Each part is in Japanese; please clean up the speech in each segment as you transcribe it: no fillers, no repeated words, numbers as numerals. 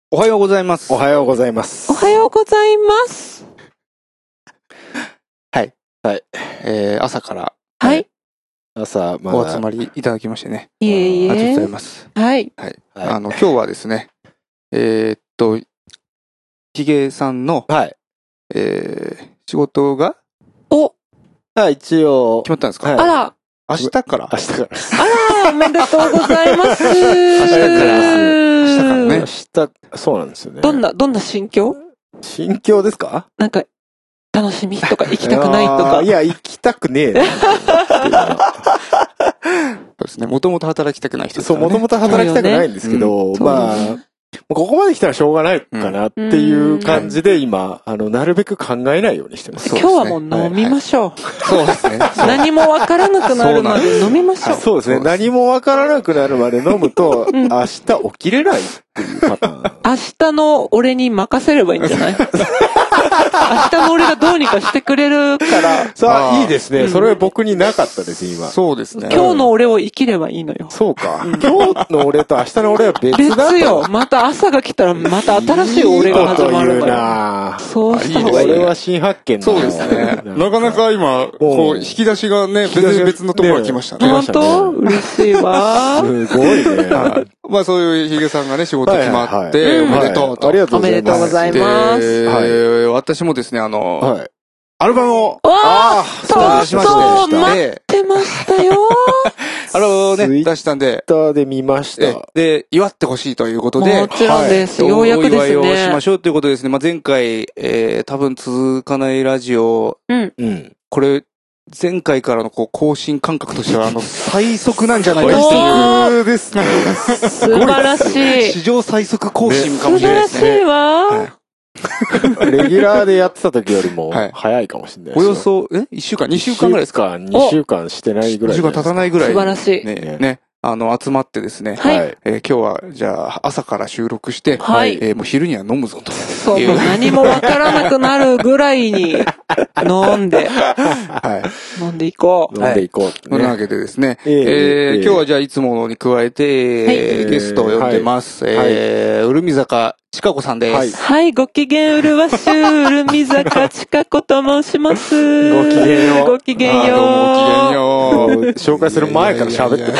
おはようございます。 おはようございます。 おはようございます。 はい。 はい。 朝から。 はい。 朝、 お集まりいただきましてね。 いえいえ。 ありがとうございます。 はい。 はい。今日はですね、ヒゲさんの、 はい。 仕事が一応。 決まったんですか？ あら。 明日からです。 あら、おめでとうございます。 明日からね。 そうなんですよね。 どんな心境ですか？ なんか、楽しみとか行きたくないとか。 いや、行きたくねえな。 そうですね。もともと働きたくない人ですからね。 そう、もともと働きたくないんですけど、まあ、ここまで来たらしょうがないかなっていう感じで今、なるべく考えないようにしてます。 今日はもう飲みましょう。 そうですね。 何もわからなくなるまで飲みましょう。 そうですね。何もわからなくなるまで飲むと、明日起きれないっていうパターン。 明日の俺に任せればいいんじゃない？明日の俺がどうにかしてくれるから。 さあ、いいですね。それ僕になかったです、今。 そうですね。 今日の俺を生きればいいのよ。 そうか。今日の俺と明日の俺は別だと。 別よ。また朝が来たらまた新しい俺が始まるから。そうした方がいい。 俺は新発見だ。 そうですね。なかなか今、引き出しがね、別のところが来ましたね。 本当？嬉しいわ。 すごいね。 まあそういうヒゲさんがね、仕事決まって、おめでとうと。 ありがとうおめでとうございます。 私もですね、アルバムを、 そうしまして、待ってましたよ。 アルバムをね、出したんで、 ツイッターで見ました。 で、祝ってほしいということで、 もちろんです。ようやくですね。 お祝いをしましょうということですね。まあ前回、多分続かないラジオ、これ、前回からの更新感覚としては、最速なんじゃないかっていう。 最速ですね。 素晴らしい。 史上最速更新かもしれないですね。 素晴らしいわ。 レギュラーでやってた時よりも早いかもしれないです。 およそ、1週間 ?2 週間ぐらいですか ？2週間してないぐらい。 2週間経たないぐらい。 素晴らしい。 ね。集まってですね。今日は、じゃあ、朝から収録して、もう昼には飲むぞと。 そう、何もわからなくなるぐらいに、飲んでいこう。 飲んでいこう。 というわけでですね、今日はじゃあ、いつものに加えて、ゲストを呼んでます。うるみ坂ちかこさんです。 はい、ご機嫌うるわしゅう、うるみ坂ちかこと申します。 ご機嫌よう。 ご機嫌よう。 ご機嫌よう。 紹介する前から喋ってます。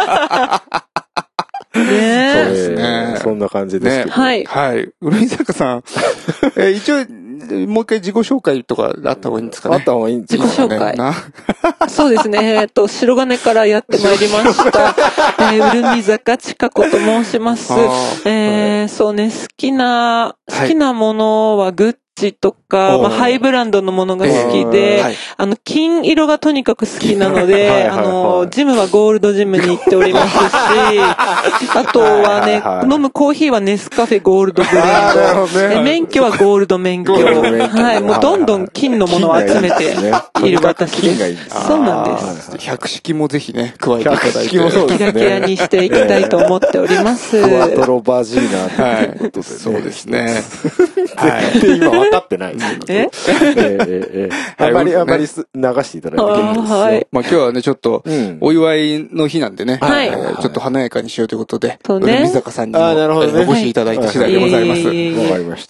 ねえ。 そうですね。 そんな感じですけど。 はい。 はい。うるみ坂さん、一応、もう一回自己紹介とかあった方がいいんですかね。 あった方がいいんですかね。自己紹介。そうですね。白金からやってまいりました。うるみ坂ちかこと申します。そうね、好きなものはグッチとか、ハイブランドのものが好きで、金色がとにかく好きなので、ジムはゴールドジムに行っておりますし、あとはね、飲むコーヒーはネスカフェゴールドブレンド。免許はゴールド免許。はい、もうどんどん金のものを集めている私です。そうなんです。 百式もぜひね、加えていただいて。 キラキラにしていきたいと思っております。 クワトロバジーナってことで。 そうですね。 絶対今分かってないですけど。あまり流していただいて結構ですよ。 まあ今日はね、ちょっと、お祝いの日なんでね、ちょっと華やかにしようということで、うるみ坂さんにもお越しいただいた次第でございます。 わかりました。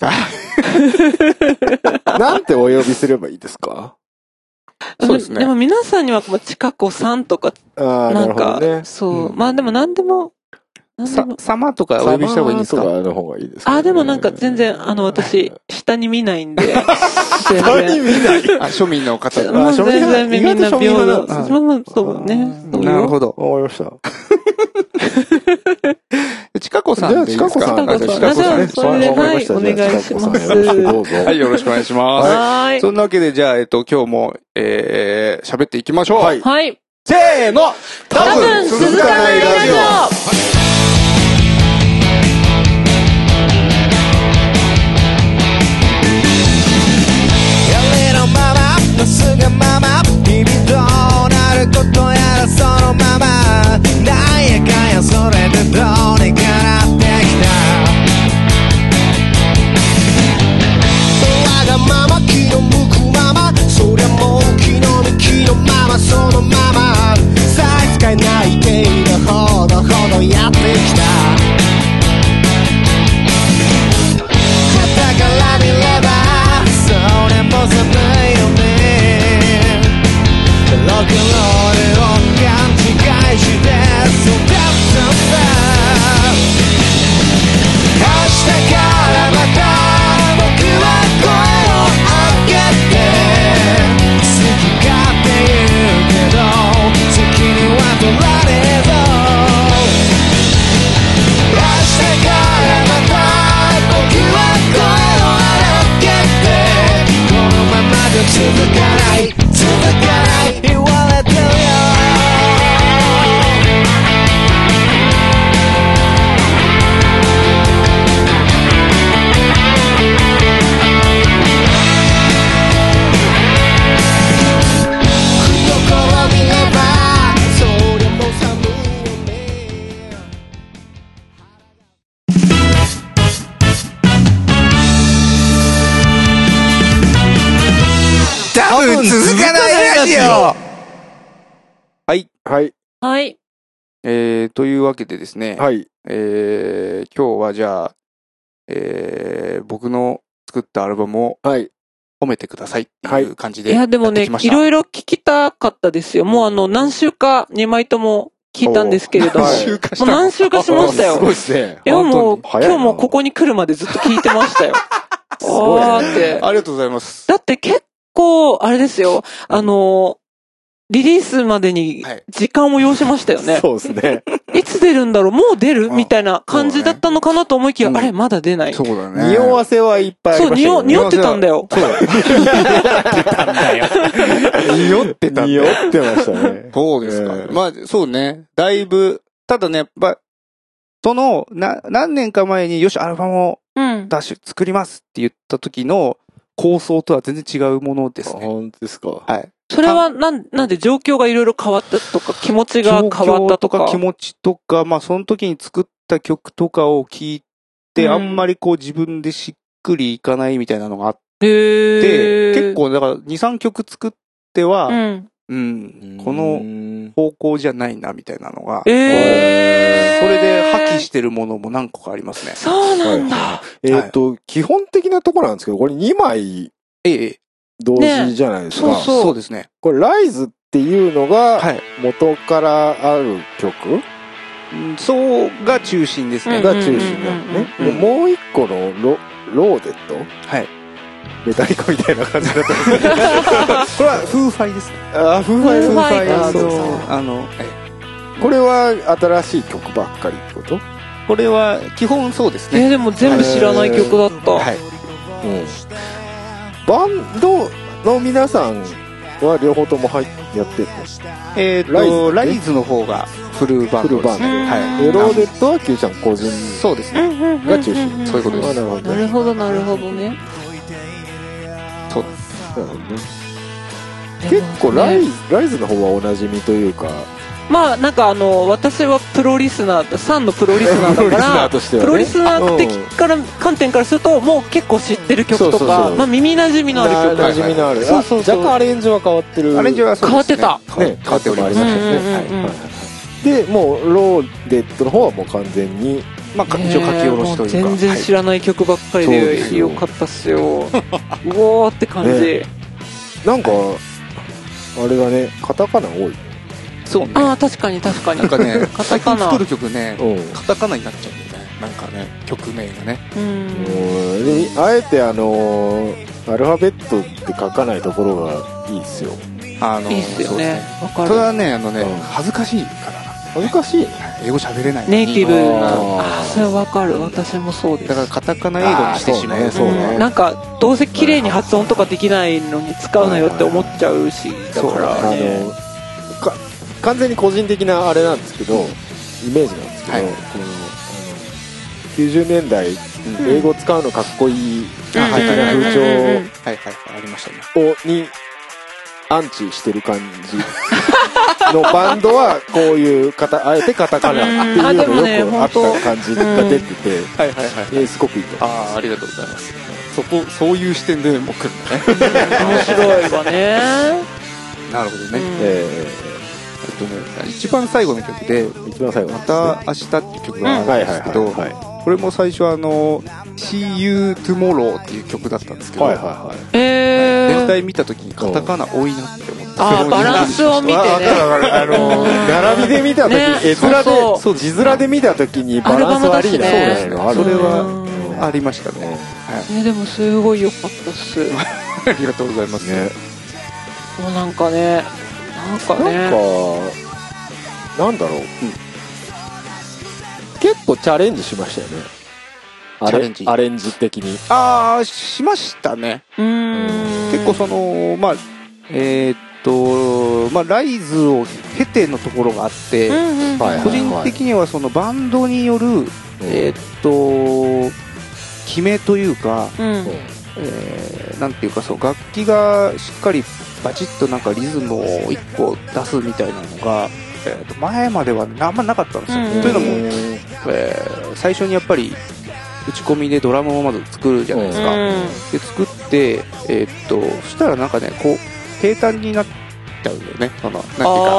なんてお呼びすればいいですか？ そうですね。 でも皆さんには、ちかこさんとか、なんか、そう。まあでも何でも、 様とかお呼びした方がいいんですか？ の方がいいですか？ でもなんか全然、私、下に見ないんで。 下に見ない庶民の方。 全然みんな平等。そうね。 なるほど。 わかりました。 ちかこさんでいいですか？ ちかこさん。じゃあ、それで、はい、お願いします。 はい、よろしくお願いします。はい。そんなわけで、じゃあ、今日も、喋っていきましょう。 はい。 せーの！ 多分続かないラジオ！ すがまま日々どうなることやらそのままなんやかんやそれでどうにかなってきたわがまま気の向くままそりゃもう気の向きのままそのままさえ使えない程度ほどやって多分続かないラジオ。 はい。 はい。 はい。 というわけでですね。 はい。 今日はじゃあ、僕の作ったアルバムを、 はい。 褒めてくださいっていう感じで。 いや、でもね、いろいろ聞きたかったですよ。もう何週か2枚とも聞いたんですけれども。もう何週かしましたよ。 すごいですね。 いや、もう、今日もここに来るまでずっと聞いてましたよ。 すごいね。って。ありがとうございます。 だって結構、あれですよ。リリースまでに時間を要しましたよね。 そうですね。 いつ出るんだろう、もう出るみたいな感じだったのかなと思いきや、あれ、まだ出ない。 そうだね。 匂わせはいっぱいありましたよね。 そう、匂ってたんだよ。 そう。匂ってたんだよ。匂ってたんだよ。 匂ってましたね。 そうですか。まあ、そうね。だいぶ、ただね、何年か前に、よし、アルバムを作りますって言った時の構想とは全然違うものですね。 本当ですか。 はい。 それはなんで状況がいろいろ変わったとか、気持ちが変わったとか。 気持ちとか、まあその時に作った曲とかを聞いて、あんまりこう自分でしっくりいかないみたいなのがあって、結構だから2、3曲作っては、この方向じゃないなみたいなのが、それで破棄してるものも何個かありますね。 そうなんだ。 基本的なところなんですけど、これ2枚、同時じゃないですか。 そうですね。 これ、ライズっていうのが、元からある曲、 そうが中心ですね。 が中心だね。もう一個のローデット、 はい。 メタリカみたいな感じだったんですけど。これは風ファイですね。 あ、風ファイ。 風ファイか。 これは新しい曲ばっかりってこと？ これは基本そうですね。 でも全部知らない曲だった。はい。 バンドの皆さんは両方ともやってるライズの方がフルバンドですね。 はい。ローデットはQちゃん個人そうですね。 が中心。 そういうことです。 なるほど、なるほどね。 そう。 結構ライズの方はおなじみというか。 まあなんか私はプロリスナー、サンのプロリスナーだからプロリスナー的から観点からするともう結構知ってる曲とか、まあ耳馴染みのある曲、 馴染みのある、若干アレンジは変わってる、 アレンジは変わってた、 変わっておりましたね。 でもうローデットの方はもう完全にまあ一応書き下ろしというか全然知らない曲ばっかりでよかったっすよ。うおーって感じ。 なんかあれがね、カタカナ多い。 そうね。ああ、確かに。 なんかね、最近作る曲ね、カタカナになっちゃうんだよね。なんかね、曲名がね。 であえてアルファベットって書かないところがいいですよ。 いいっすよね。 わかる。それはね、恥ずかしいからな。 恥ずかしい？ 英語喋れない。 ネイティブな。それわかる。私もそうです。 だからカタカナ英語にしてしまう。 そうね。 なんかどうせ綺麗に発音とかできないのに使うなよって思っちゃうし、だからね。 完全に個人的なあれなんですけど、イメージなんですけど、この90年代英語使うのかっこいい的な風潮ありましたね。 にアンチしてる感じのバンドはこういうあえてカタカナっていうのよくあった感じが出てて、すごくいいと思います。 ありがとうございます。そういう視点でも来るんだね。 面白いわね。 なるほどね。一番最後の曲でまた明日っていう曲があるんですけど、これも最初See You Tomorrow っていう曲だったんですけど、全体見た時にカタカナ多いなって思って、 バランスを見てね、 並びで見た時、字面で見た時にバランス悪いな、それはありましたね。 でもすごい良かったっす。 ありがとうございます。 もうなんかね、 なんだろう、結構チャレンジしましたよね。アレンジ的に。 しましたね。結構ライズを経てのところがあって、個人的にはそのバンドによる決めというか、なんていうか、楽器がしっかりバチッとなんかリズムを一個出すみたいなのが、前まではあんまなかったんですよ。というのも、最初にやっぱり打ち込みでドラムをまず作るじゃないですか。で、作って、そしたらなんかね、こう、平坦になっちゃうんだよね。なんていうか、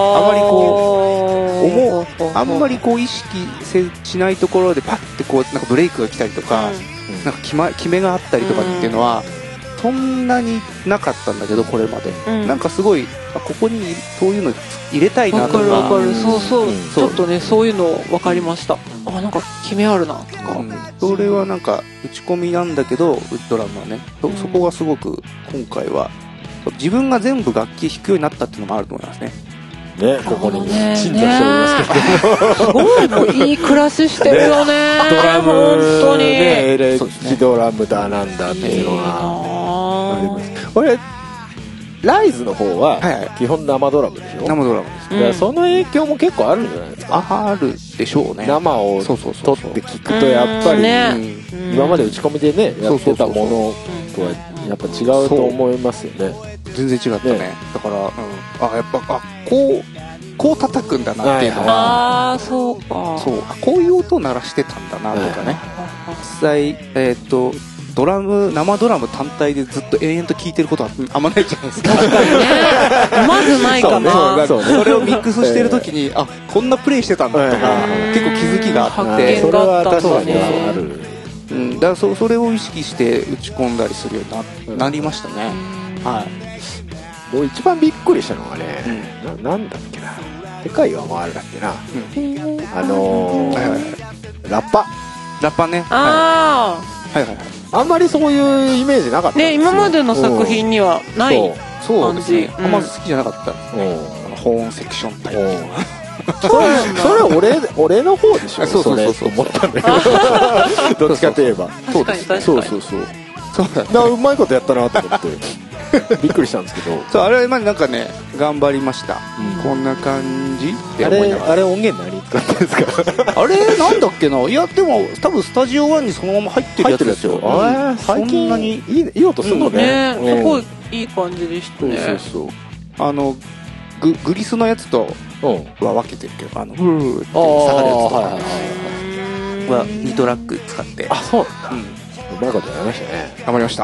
あんまりこう意識しないところでパッてこう、なんかブレイクが来たりとか、なんか決めがあったりとかっていうのは、そんなになかったんだけど、これまで。なんかすごい、ここにそういうの入れたいなとか。 わかる。そう。ちょっとね、そういうの分かりました。なんか決めあるな、とか。 それはなんか、打ち込みなんだけど、ドラムはね。そこがすごく、今回は、自分が全部楽器弾くようになったっていうのもあると思いますね。 ね、ここに鎮座しておりますけど。 すごい、もういい暮らししてるよね。 ドラム、 本当に。 エレキドラムだなんだっていうのがあります。これ、ライズの方は、基本生ドラムでしょ？ 生ドラムです。 その影響も結構あるんじゃないですか？ あるでしょうね。 生を取って聞くと、やっぱり、今まで打ち込みでね、やってたものとは、やっぱ違うと思いますよね。 全然違ったね。だから、やっぱ、こう叩くんだなっていうのは。 そうか。 そう、こういう音を鳴らしてたんだなとかね。実際、生ドラム単体でずっと永遠と聴いてることはあんまないじゃないですか。 確かにね。まずないかな。 それをミックスしてるときに、こんなプレイしてたんだとか、結構気づきがあって。 それは確かにある。 だからそれを意識して打ち込んだりするようになりましたね。はい。 もう一番びっくりしたのがね、なんだっけな、世界は回るだっけな、ラッパね。あんまりそういうイメージなかったね、今までの作品にはない感じ。 そうですね。あんま好きじゃなかった。ホーンセクションタイプ。 それ俺の方でしょ。そう思ったんだけど、どっちかといえば。 そうです。 そう。そうだね。うまいことやったなと思って。びっくりしたんですけど。 そう、あれはなんかね、頑張りました。こんな感じって思いながら。 あれ音源何使ってんですか？ あれなんだっけな。いや、でも多分スタジオ1にそのまま入ってるやつですよ。 最近いい音するのね。 すごいいい感じでしたね。 そう。 グリスのやつとは分けてるけど、ブーって下がるやつとかは2トラック使って。 あ、そうなんだ。うまいことやりましたね。 頑張りました。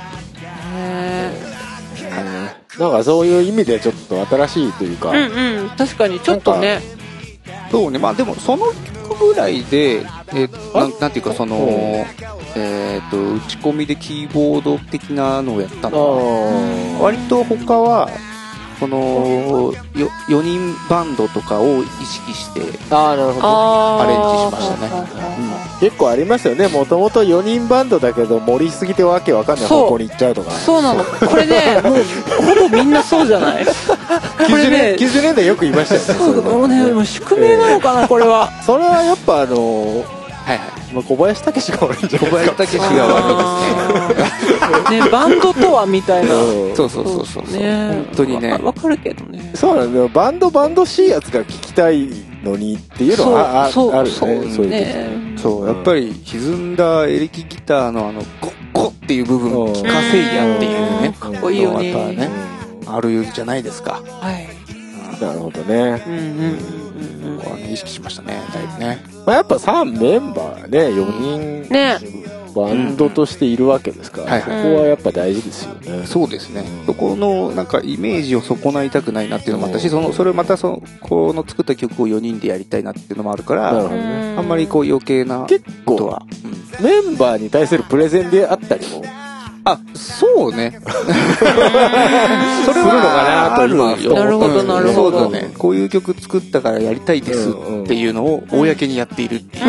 なんかそういう意味でちょっと新しいというか、 確かにちょっとね。 そうね。まあでもその曲ぐらいでなんていうかその打ち込みでキーボード的なのをやったのは割と他はこの4人バンドとかを意識してアレンジしましたね。 結構ありますよね。もともと4人バンドだけど盛りすぎてわけわかんない方向に行っちゃうとか。 そうなの。これね、もうほぼみんなそうじゃない。これね、 90年代よく言いましたよね。 そう、もうね、もう宿命なのかな、これは。 それはやっぱ小林武史が悪いんじゃないですか。 小林武史が悪いですね。 ね、バンドとはみたいな。 そう。本当にね。 わかるけどね。 そうなんだよ。バンドしいやつが聞きたいのにっていうのはあるよね。 そう、やっぱり歪んだエレキギターのコッっていう部分を聞かせいやっていうね。 かっこいいよね。 あるじゃないですか。 はい。 なるほどね。 ここはね、意識しましたね、だいぶね。 やっぱメンバーね、4人ね、バンドとしているわけですから、ここはやっぱ大事ですよね。 そうですね。そこのなんかイメージを損ないたくないなっていうのもあったし、それまたこの作った曲を4人でやりたいなっていうのもあるから、あんまりこう余計なことは。 メンバーに対するプレゼンであったりも。 そうね。それはなるほど、なるほど。 そうだね。こういう曲作ったからやりたいですっていうのを公にやっているっていう。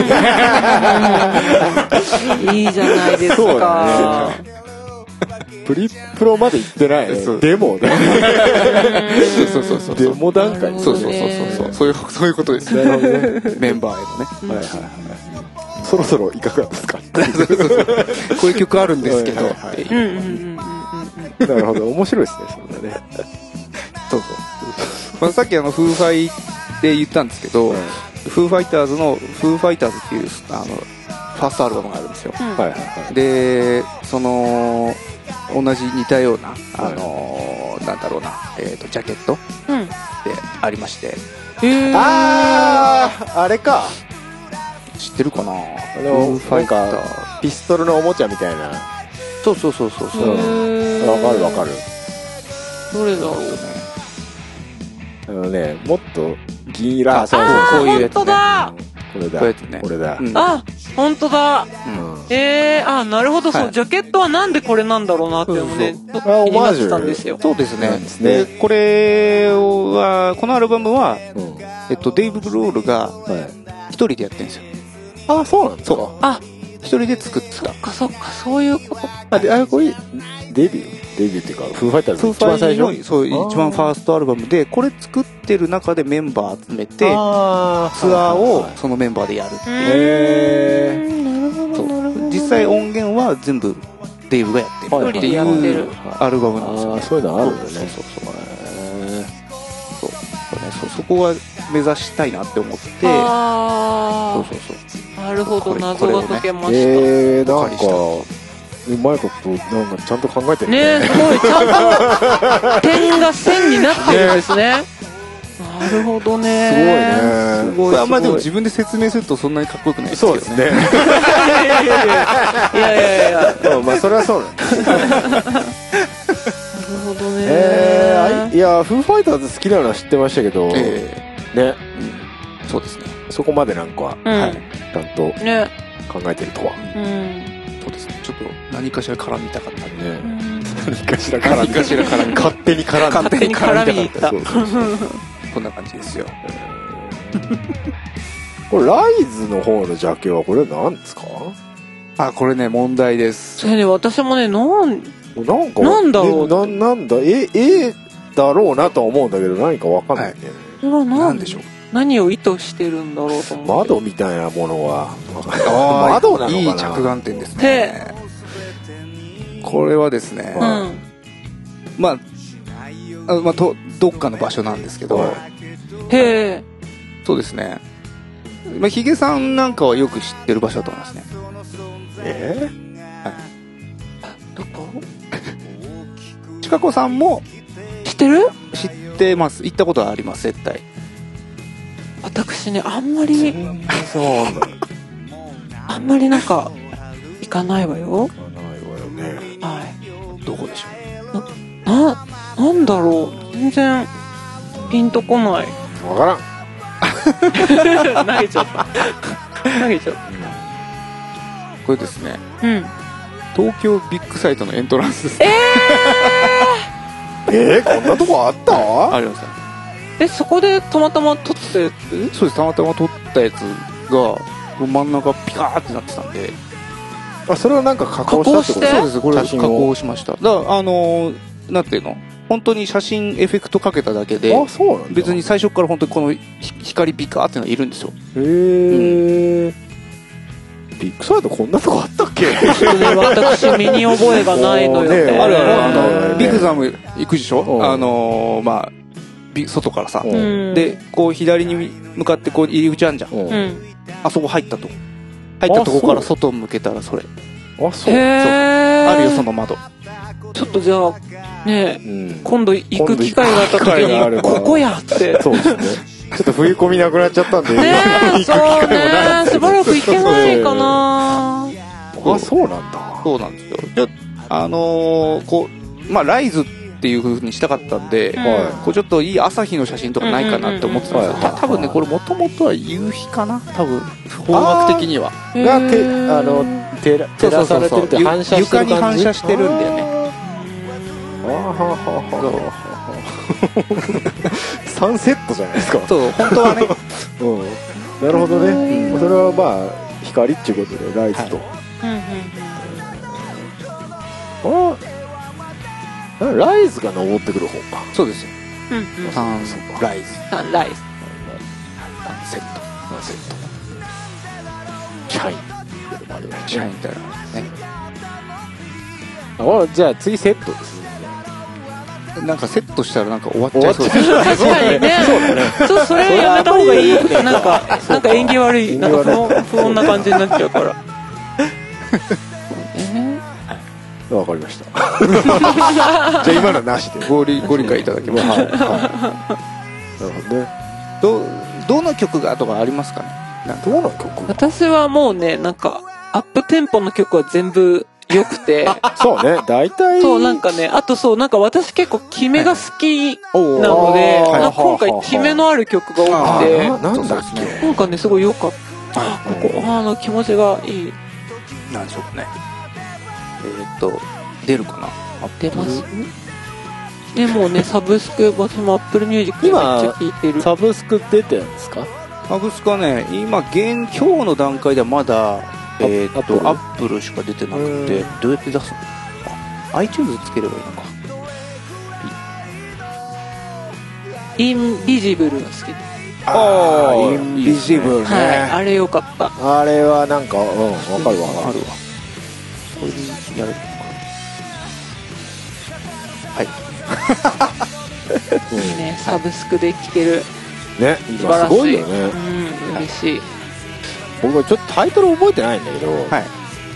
いいじゃないですか。 プリプロまで行ってない。デモね。 そう。 デモ段階。 そう。そういうことですね。メンバーへのね。 そろそろいかがですか。 こういう曲あるんですけど。なるほど、面白いですね、そんなね。 そう。さっきフーファイで言ったんですけど、フーファイターズのフーファイターズっていうファーストアルバムがあるんですよ。で、同じ似たようななんだろうな、ジャケットでありまして。 あれか。 知ってるかな。 なんかピストルのおもちゃみたいな。 そう。 わかる。 どれだろうね、もっと銀色。 こういうやつね。本当だ。 これだ。 あ、本当だ。なるほど、そう、ジャケットはなんでこれなんだろうなっていうのね、気になってたんですよ。 そうですね。で、このアルバムは、デイブ・グロールが一人でやってるんですよ。 あ、そうなんですか。 一人で作ってた。 そっか、そういうこと。 これ、デビューっていうか、フーファイターズの一番最初の、 そう、一番ファーストアルバムで、これ作ってる中でメンバー集めて、ツアーをそのメンバーでやるっていう。 なるほど。 実際音源は全部デイブがやってるっていうアルバムなんですよね。 そういうのあるんだね。 そこは目指したいなって思って、 なるほど、謎が解けました。 なんかうまいことなんかちゃんと考えてるね。すごいちゃんと点が線になってるんですね。なるほどね。 すごいね。 あんまでも自分で説明するとそんなにかっこよくないですけどね。 そうですね。 いや。 まあそれはそうなんです。 なるほどね。 いや、フーファイターズ好きなのは知ってましたけど、ね。 そうですね。 そこまでなんか、ちゃんと考えてるとは。 そうですね。ちょっと何かしら絡みたかったんで。 何かしら絡み、勝手に絡みに行った。 こんな感じですよ。 これライズの方のジャケはこれ何ですか？ これね、問題です。 それね、私もね、なんだろう。 なんだ、だろうなとは思うんだけど、何かわかんないんだよね。 これは何でしょう。 何を意図してるんだろうと思って。 窓みたいなものは。 窓なのかな。いい着眼点ですね。これはですね、どっかの場所なんですけど、そうですね。ヒゲさんなんかはよく知ってる場所だと思いますね。 どこ？ ちかこさんも知ってる？ 知ってます。行ったことはあります、絶対。 私ね、あんまりなんか行かないわよ。 どこでしょう。 なんだろう。全然ピンとこない。 わからん。 投げちゃった。 これですね。東京ビッグサイトのエントランスです。 こんなとこあった？ ありました。 そこでたまたま撮ったやつ？ そうです。たまたま撮ったやつが真ん中ピカーってなってたんで。 それはなんか加工したってこと？ そうです。これ加工しました。だからなんていうの？本当に写真エフェクトかけただけで、別に最初から本当にこの光ピカーっていうのがいるんですよ。 ビッグサイトこんなとこあったっけ？ 私身に覚えがないのよね。 あるビッグザム行くでしょ？外からさ。で、こう左に向かってこう入り口あんじゃん。あそこ入ったとこから外向けたらそれ。あるよ、その窓。 ちょっとじゃあ、ね、今度行く機会があった時に、ここやって。 そうですね。ちょっと冬込みなくなっちゃったんで、 そうね、しばらく行けないかな。 そうなんだ。 そうなんですよ。じゃライズっていう風にしたかったんで、こうちょっといい朝日の写真とかないかなって思ってたんですよ。多分ね、これもともとは夕日かな、多分方角的には。 照らされてるって反射してる感じ。 床に反射してるんだよね。 サンセットじゃないですか。 そう、本当はね。 なるほどね。それは光っていうことでライズと。ライズが登ってくる方か。 そうですよ。サンライズ。 サンライズ。 サンセット。 シャイン。 シャインみたいなね。 じゃあ次セットですね。 なんかセットしたらなんか終わっちゃいそうです。 確かにね。それやめた方がいい。なんか縁起悪い。なんか不穏な感じになっちゃうから。 わかりました。じゃあ今のはなしでご理解いただけます。 なるほどね。 どの曲がとかありますかね。 どうな曲？ 私はもうね、なんか、アップテンポの曲は全部良くて。 そうね、大体。 そう、なんかね、あとそう、なんか私結構キメが好きなので、なんか今回キメのある曲が多くて、 なんだっけ？ なんかね、すごい良かった。ここ、気持ちがいい。 なんでしょうね。出るかな？ 出ますね、もうね、サブスク、私も Apple Music でめっちゃ聴いてる。 サブスク出てるんですか？ サブスクはね、今日の段階ではまだ、アップルしか出てなくて、どうやって出すの？ iTunes つければいいのか。 インビジブルが好きで。 インビジブルね。 はい、あれよかった。 あれはなんか、わかるわ。 あるわ。これでやるのか。はい。 いいね、サブスクで聴ける。 ね、今すごいよね。 うん、嬉しい。 僕はちょっとタイトル覚えてないんだけど、はい、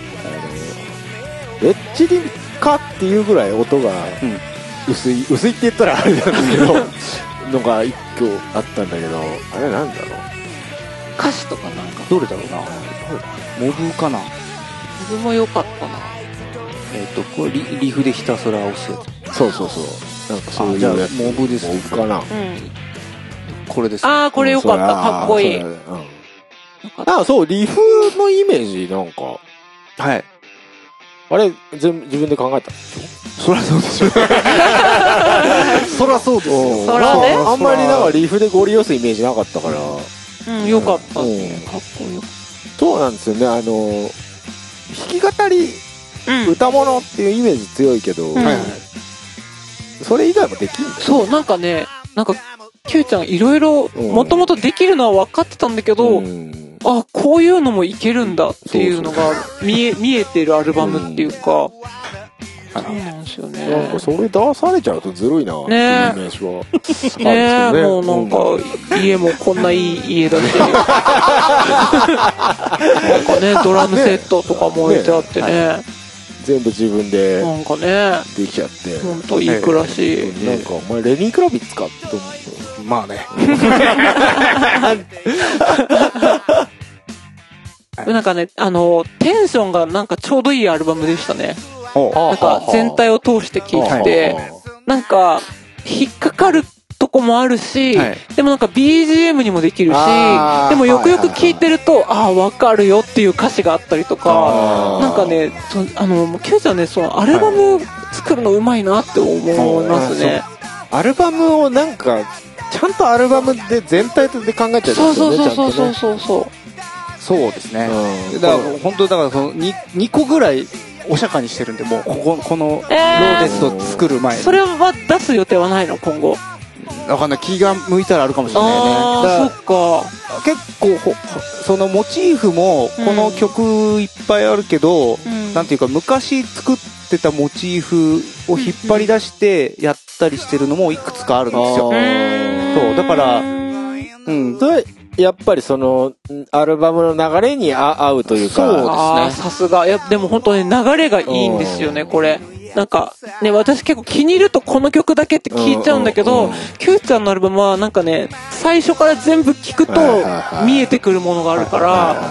レッチリカっていうぐらい音が薄いって言ったらあれなんだけどのが一曲あったんだけど、あれなんだろう、 歌詞とかなんかどれだろうな、モブかな。 モブも良かったな。 これリフでひたすら押すやつ。そうなんかそういうやつ。 じゃあモブですね。 モブかな、 これです。 これ良かった、かっこいい。 そうリフのイメージなんか、 はい、 あれ自分で考えたんでしょ？ そりゃそうでしょ。そりゃそうですよ。 そりゃね。 あんまりなんかリフでゴリ押すイメージなかったから、 良かった、かっこよ。 そうなんですよね。弾き語り、歌物っていうイメージ強いけど、それ以外もできるんだよね。 そう、なんかね、キューちゃんいろいろもともとできるのは分かってたんだけど、こういうのもいけるんだっていうのが見えてるアルバムっていうか、そうなんですよね。 なんかそれ出されちゃうとずるいなっていうイメージはね。もうなんか家もこんないい家だし、なんかね、ドラムセットとかも置いてあってね、 全部自分でなんかねできちゃって、 ほんといい暮らし。 なんかお前レニー・クラビッツかって思う。 まあね。 なんかね、テンションがなんかちょうどいいアルバムでしたね。なんか全体を通して聴いて、なんか引っかかるとこもあるし、でもなんか BGM にもできるし、でもよくよく聴いてると、わかるよっていう歌詞があったりとか、なんかね、キューちゃんね、そのアルバム作るのうまいなって思いますね。 アルバムをなんか、ちゃんとアルバムで全体で考えてるんですよね。 そうですね。だから本当だからその2個ぐらいお釈迦にしてるんで、もうこのローデスを作る前に。 それは出す予定はないの今後？ わかんない、気が向いたらあるかもしれないね。 そっか。 結構そのモチーフもこの曲いっぱいあるけど、なんていうか昔作ってたモチーフを引っ張り出してやったりしてるのもいくつかあるんですよ。そうだからやっぱりそのアルバムの流れに合うというか。 そうですね。 さすが。でも本当に流れがいいんですよね、これ。なんかね、私結構気に入るとこの曲だけって聞いちゃうんだけど、キューちゃんのアルバムはなんかね、最初から全部聞くと見えてくるものがあるから、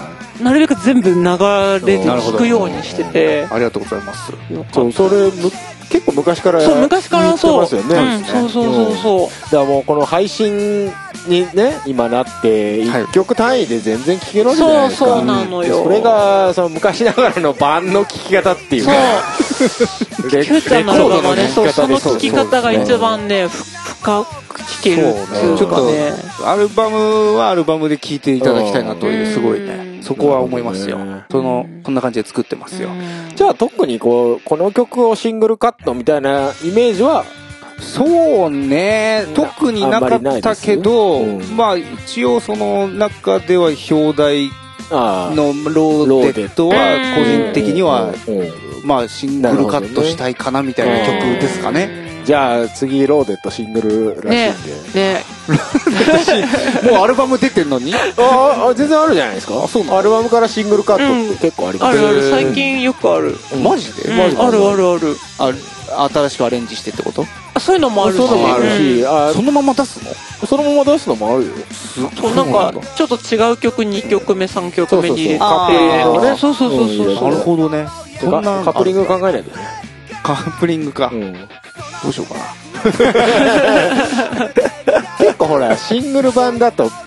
なるべく全部流れで聞くようにしてて。 ありがとうございます。 それ結構昔からそう、昔からそう。 ますよね。 そう。 だからもうこの配信にね、今なって1曲単位で全然聴けるわけじゃないですか。 そうなのよ。 それがその昔ながらの盤の聴き方っていうか。 そう。キューちゃんのアルバムはね、その聴き方が一番ね、深く聴けるっていうかね。 アルバムはアルバムで聴いていただきたいなという、すごいね、そこは思いますよ。こんな感じで作ってますよ。 じゃあ特にこの曲をシングルカットみたいなイメージは、 そうね、特になかったけど、まあ一応その中では表題のローデットは個人的にはまあシングルカットしたいかなみたいな曲ですかね。 じゃあ次ローデットシングルらしいんで。 ね。 もうアルバム出てんのに？ 全然あるじゃないですか。アルバムからシングルカットって結構あります。 ある、最近よくある。 マジで？ ある。 新しくアレンジしてってこと？ そういうのもあるし。 そういうのもあるし、 そのまま出すの？ そのまま出すのもあるよ。 なんか、ちょっと違う曲2曲目、3曲目に入れて。そうそうそうそう。 なるほどね。 そんなカップリング考えないとね。 カップリングか。どうしようかな。 結構ほら、シングル版だと、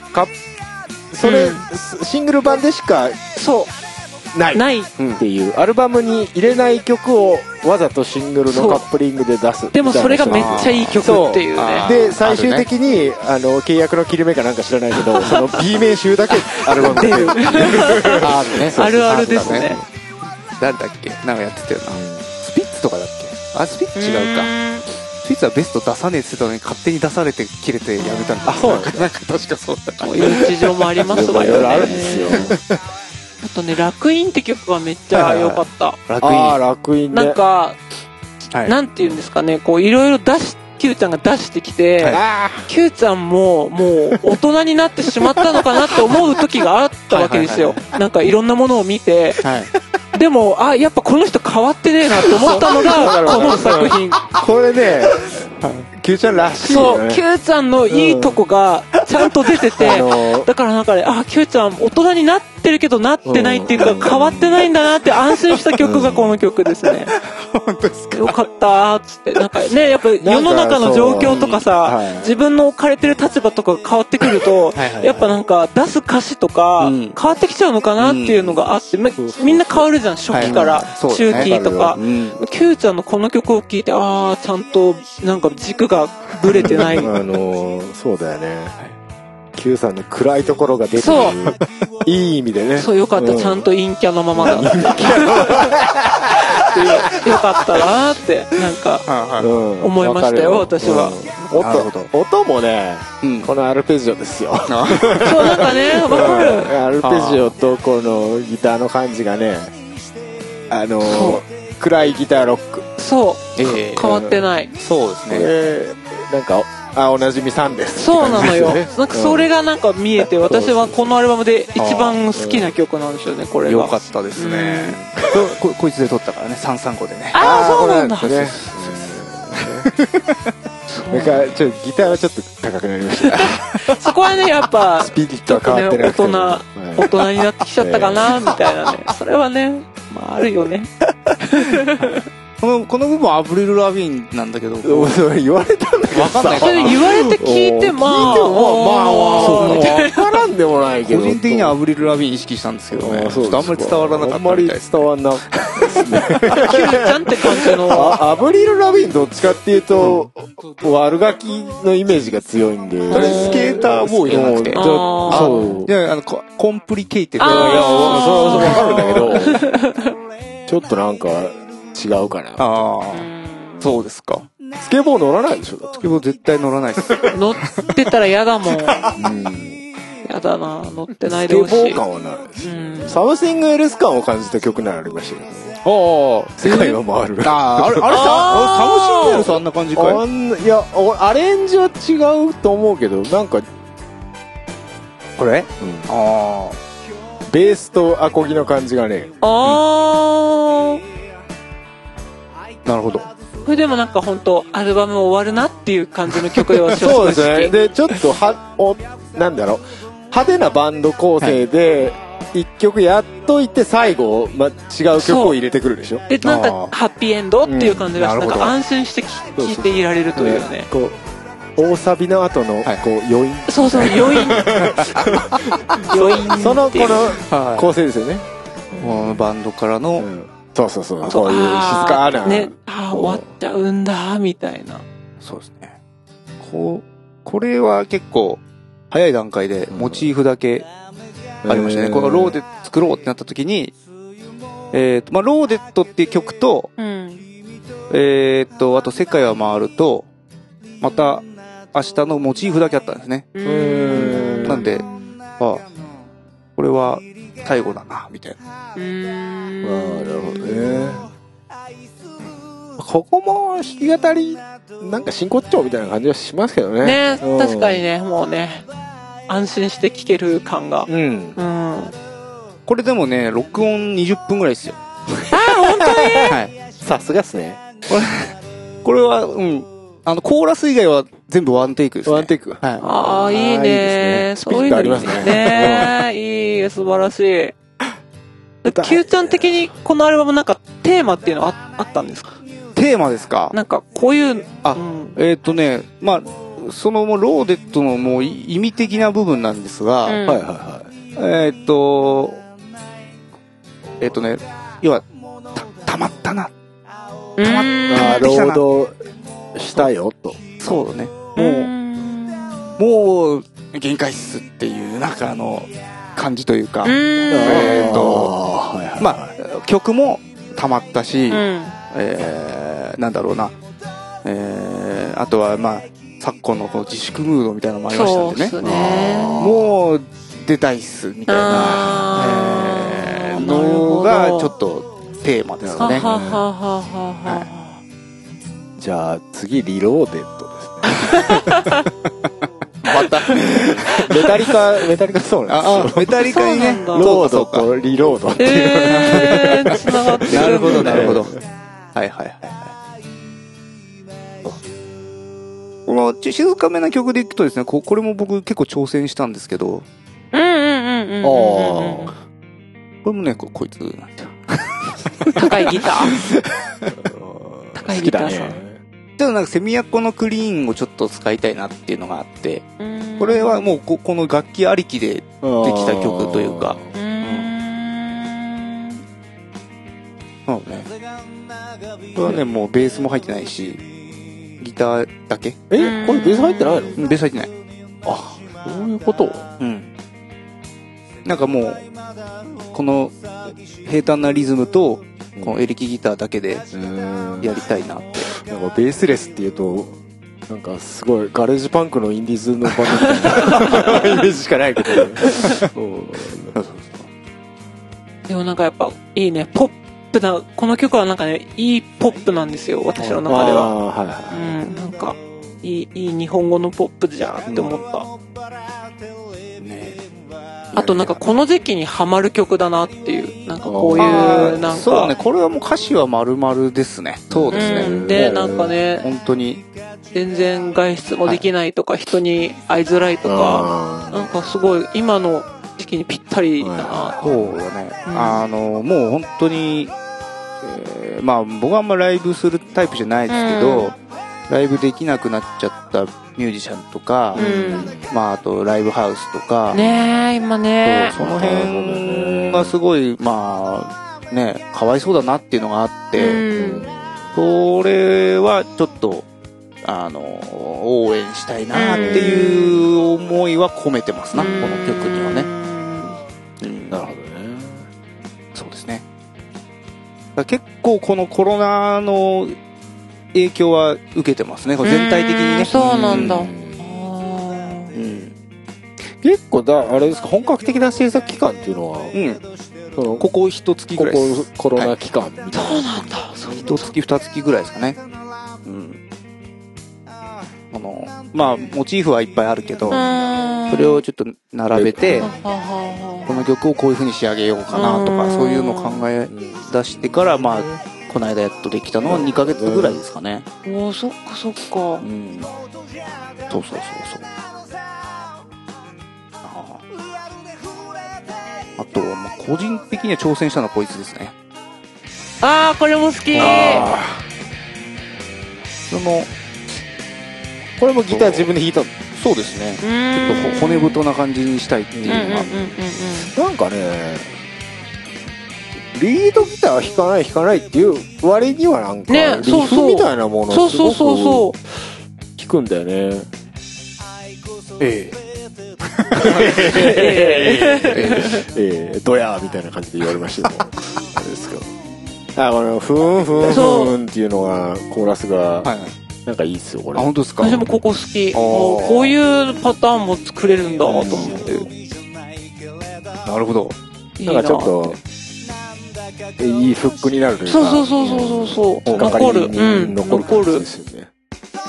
シングル版でしか、ないっていう、アルバムに入れない曲をわざとシングルのカップリングで出す。 でもそれがめっちゃいい曲っていうね。 で、最終的に、契約の切れ目かなんか知らないけど、その B 面集だけアルバムで出る。 あるあるですね。 なんだっけなんかやってたよな。スピッツとかだっけスピッツ違うか。スピッツはベスト出さねえって言ってたのに勝手に出されて切れてやめたんだ。 そうなんか確かそうだった。 こういう事情もありますわよね。 いろいろあるんですよ。 あとね、楽園って曲はめっちゃ良かった。 楽園ね。 なんか、なんて言うんですかね、こういろいろQ ちゃんが出してきて、Q ちゃんももう大人になってしまったのかなって思う時があったわけですよ。なんかいろんなものを見て。でも、やっぱこの人変わってねえなと思ったのが、この作品。 これね、Q ちゃんらしいよね。 そう、Q ちゃんのいいとこがちゃんと出てて、だからなんかね、Q ちゃん大人になってるけどなってないっていうか、変わってないんだなって安心した曲がこの曲ですね。 本当ですか。 よかったーっつって。なんかね、やっぱ世の中の状況とかさ、自分の置かれてる立場とかが変わってくると、やっぱなんか出す歌詞とか変わってきちゃうのかなっていうのがあって、みんな変わるじゃん、初期から中期とか。Q ちゃんのこの曲を聴いて、ちゃんとなんか軸がブレてない。 そうだよね。Q さんの暗いところが出てる。そう。いい意味でね。 そう、よかった。ちゃんと陰キャのままだ。よかったなーって、なんか、思いましたよ、私は。 音もね、このアルペジオですよ。 そう、なんかね、わかる。 アルペジオとこのギターの感じがね、暗いギターロック。 そう。変わってない。 そうですね。 なんか、おなじみさんです。 そうなのよ。なんかそれがなんか見えて、私はこのアルバムで一番好きな曲なんですよね、これが。 よかったですね。こいつで撮ったからね、335でね。 そうなんだ。 それからギターはちょっと高くなりました。 そこはね、やっぱ、 スピリットは変わってなくても大人になってきちゃったかな、みたいなね。それはね、あるよね。 この部分はアブリル・ラビーンなんだけど、 言われたんだけどわかんない。 それ言われて聞いて、 わからんでもないけど。 個人的にはアブリル・ラビーン意識したんですけどね。ちょっとあんまり伝わらなかったみたい。 あんまり伝わらなかったですね。 Q ちゃんって感じの。 アブリル・ラビーンどっちかっていうと、悪ガキのイメージが強いんで。 スケーターボーイじゃなくて。 そう。 いや、コンプリケイテッド。 いや、そうわかるんだけど、ちょっとなんか、違うかな。 そうですか。 スケボー乗らないでしょ？ スケボー絶対乗らないです。 乗ってたら嫌だもん。嫌だな、乗ってないでほしい。 スケボー感はないです。サムシングエルス感を感じた曲ならありましたけどね。世界は回る。 あれサムシングエルスあんな感じかい？ いや、アレンジは違うと思うけど、なんか、 これ？ ベースとアコギの感じがね。 なるほど。 これでもなんか本当アルバム終わるなっていう感じの曲ではそうですね。で、ちょっとなんだろう、派手なバンド構成で、一曲やっといて最後、違う曲を入れてくるでしょ。 で、なんかハッピーエンドっていう感じがして、なんか安心して聴いていられるというね。 大サビの後の、余韻。 そうそう、余韻。余韻。 その、この構成ですよね。 バンドからの、 そう。こういう静かな。 ね、終わっちゃうんだ、みたいな。 そうですね。これは結構、早い段階でモチーフだけありましたね。このローデ作ろうってなった時に、ローデットっていう曲と、あと世界は回ると、また明日のモチーフだけあったんですね。なんで、これは最後だな、みたいな。 なるほどね。ここも弾き語り、なんか真骨頂みたいな感じはしますけどね。 ね、確かにね、もうね、安心して聴ける感が。 これでもね、録音20分ぐらいですよ。 本当に？ はい。さすがっすね。 これは、 コーラス以外は全部ワンテイクですね。 ワンテイク。 はい。 ああ、いいね。そういうのありますね。いい、素晴らしい。Q ちゃん的にこのアルバムなんかテーマっていうのはあったんですか？ テーマですか？ なんかこういう、 まあ、そのもうローデッドのもう意味的な部分なんですが、 はいはいはい。 要は、たまったな。 ロードしたよと。 そうだね。もう、限界っすっていうなんか感じというか、まあ、曲もたまったし、なんだろうな、あとはまあ、昨今のこの自粛ムードみたいなのもありましたんでね。 そうですね。 もう出たいっすみたいなのがちょっとテーマですかね。 じゃあ次リローデッドですね。またメタリカそうなんですよ。 メタリカにね、 ロードとリロードっていう。 繋がってる。 なるほどなるほど。はいはいはい。この静かめな曲でいくとですね、これも僕結構挑戦したんですけど、これもね、こいつなんですよ。 高いギター。高いギターさん。 ちょっとなんかセミアコのクリーンをちょっと使いたいなっていうのがあって、これはもうこの楽器ありきでできた曲というか、そうね。これはね、もうベースも入ってないし、ギターだけ。 これベース入ってないの？ ベース入ってない。 あ、そういうこと？ うん。なんかもう、この平坦なリズムと、このエレキギターだけでやりたいなって。 なんかベースレスっていうと、なんかすごいガレージパンクのインディーズのバンドみたいなイメージしかないけど。 でもなんかやっぱいいね、ポップな、この曲はなんかね、いいポップなんですよ、私の中では。なんかいい日本語のポップじゃんって思った。あとなんかこの時期にハマる曲だなっていう、なんかこういうなんか、 そうね、これはもう歌詞は丸々ですね。そうですね。 でなんかね、 本当に全然外出もできないとか、人に会いづらいとか、なんかすごい今の時期にぴったりだな。 そうだね。もう本当に、まあ僕はあんまライブするタイプじゃないですけど、ライブできなくなっちゃったミュージシャンとか、まああとライブハウスとか、 ねえ今ね、 その辺がすごいまあね、かわいそうだなっていうのがあって、それはちょっと応援したいなっていう思いは込めてますな、この曲にはね。 なるほどね。 そうですね。結構このコロナの影響は受けてますね、全体的にね。 そうなんだ。 結構あれですか、本格的な制作期間っていうのは、 ここ一月ぐらいです。 コロナ期間みたいな。 そうなんだ。 一月二月ぐらいですかね。まあモチーフはいっぱいあるけど、それをちょっと並べて、この曲をこういう風に仕上げようかなとか、そういうのを考え出してから、まあこの間やっとできたのは2ヶ月ぐらいですかね。 おー、そっかそっか。 そうそう。あと、まあ、個人的には挑戦したのはこいつですね。 あー、これも好き。 これもギター自分で弾いたの？ そうですね。ちょっと骨太な感じにしたいっていうのが。 なんかね、リードギター弾かないっていう割にはなんか、リフみたいなものをすごく弾くんだよね。ドヤーみたいな感じで言われましたけど、あれですけど。このふーんふーんふーんっていうのが、コーラスが、なんかいいっすよ、これ。 あ、本当ですか？ 私もここ好き。こういうパターンも作れるんだと思って。 なるほど。 なんかちょっと、いいフックになるというか。 そう。残る。 残るですよね。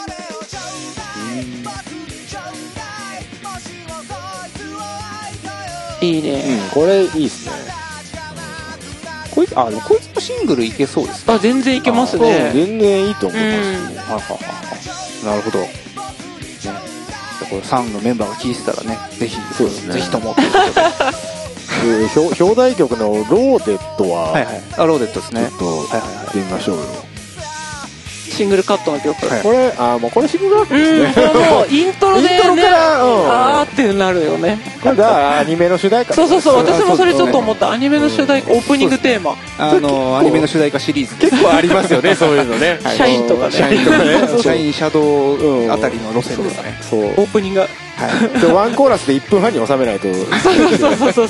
いいね。 これいいっすね。 こいつのシングルいけそうですか？全然いけますね。 全然いいと思います。 なるほど。これ3のメンバーが聴いてたらね、ぜひ、 そうですね、 ぜひともということで。 表題曲のローデットは、 はいはい。あ、ローデットですね。 ちょっと、はいはいはい。やってみましょうよ。 シングルカットの曲。 はい、これ、もうこれシングルカットですね。 これもうイントロでね、 イントロから、 あーってなるよね。 これだ、アニメの主題歌。 そう、私もそれちょっと思った。アニメの主題歌、オープニングテーマ。 アニメの主題歌シリーズ結構ありますよね、そういうのね。 シャインとかね。 シャインとかね。シャイン、シャドウあたりの路線ですね。 そう。 オープニング。 ワンコーラスで1分半に収めないと。 そう。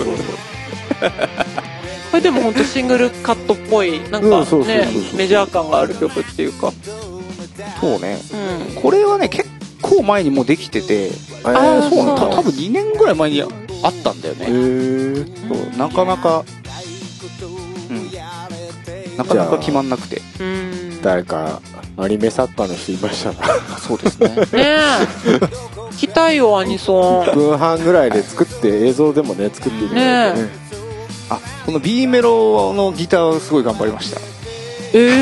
これでも本当シングルカットっぽい、なんかね、メジャー感がある曲っていうか。 そうね。これはね、結構前にもうできてて、多分2年ぐらい前にあったんだよね。そうなかなか、なかなか決まんなくて。 誰かアニメ作家の人いましたか？ そうですね。 ねえ。聞きたいよ、アニソン。 1分半ぐらいで作って映像でもね作っていただいてね。 あ、この B メロのギターをすごい頑張りました。 B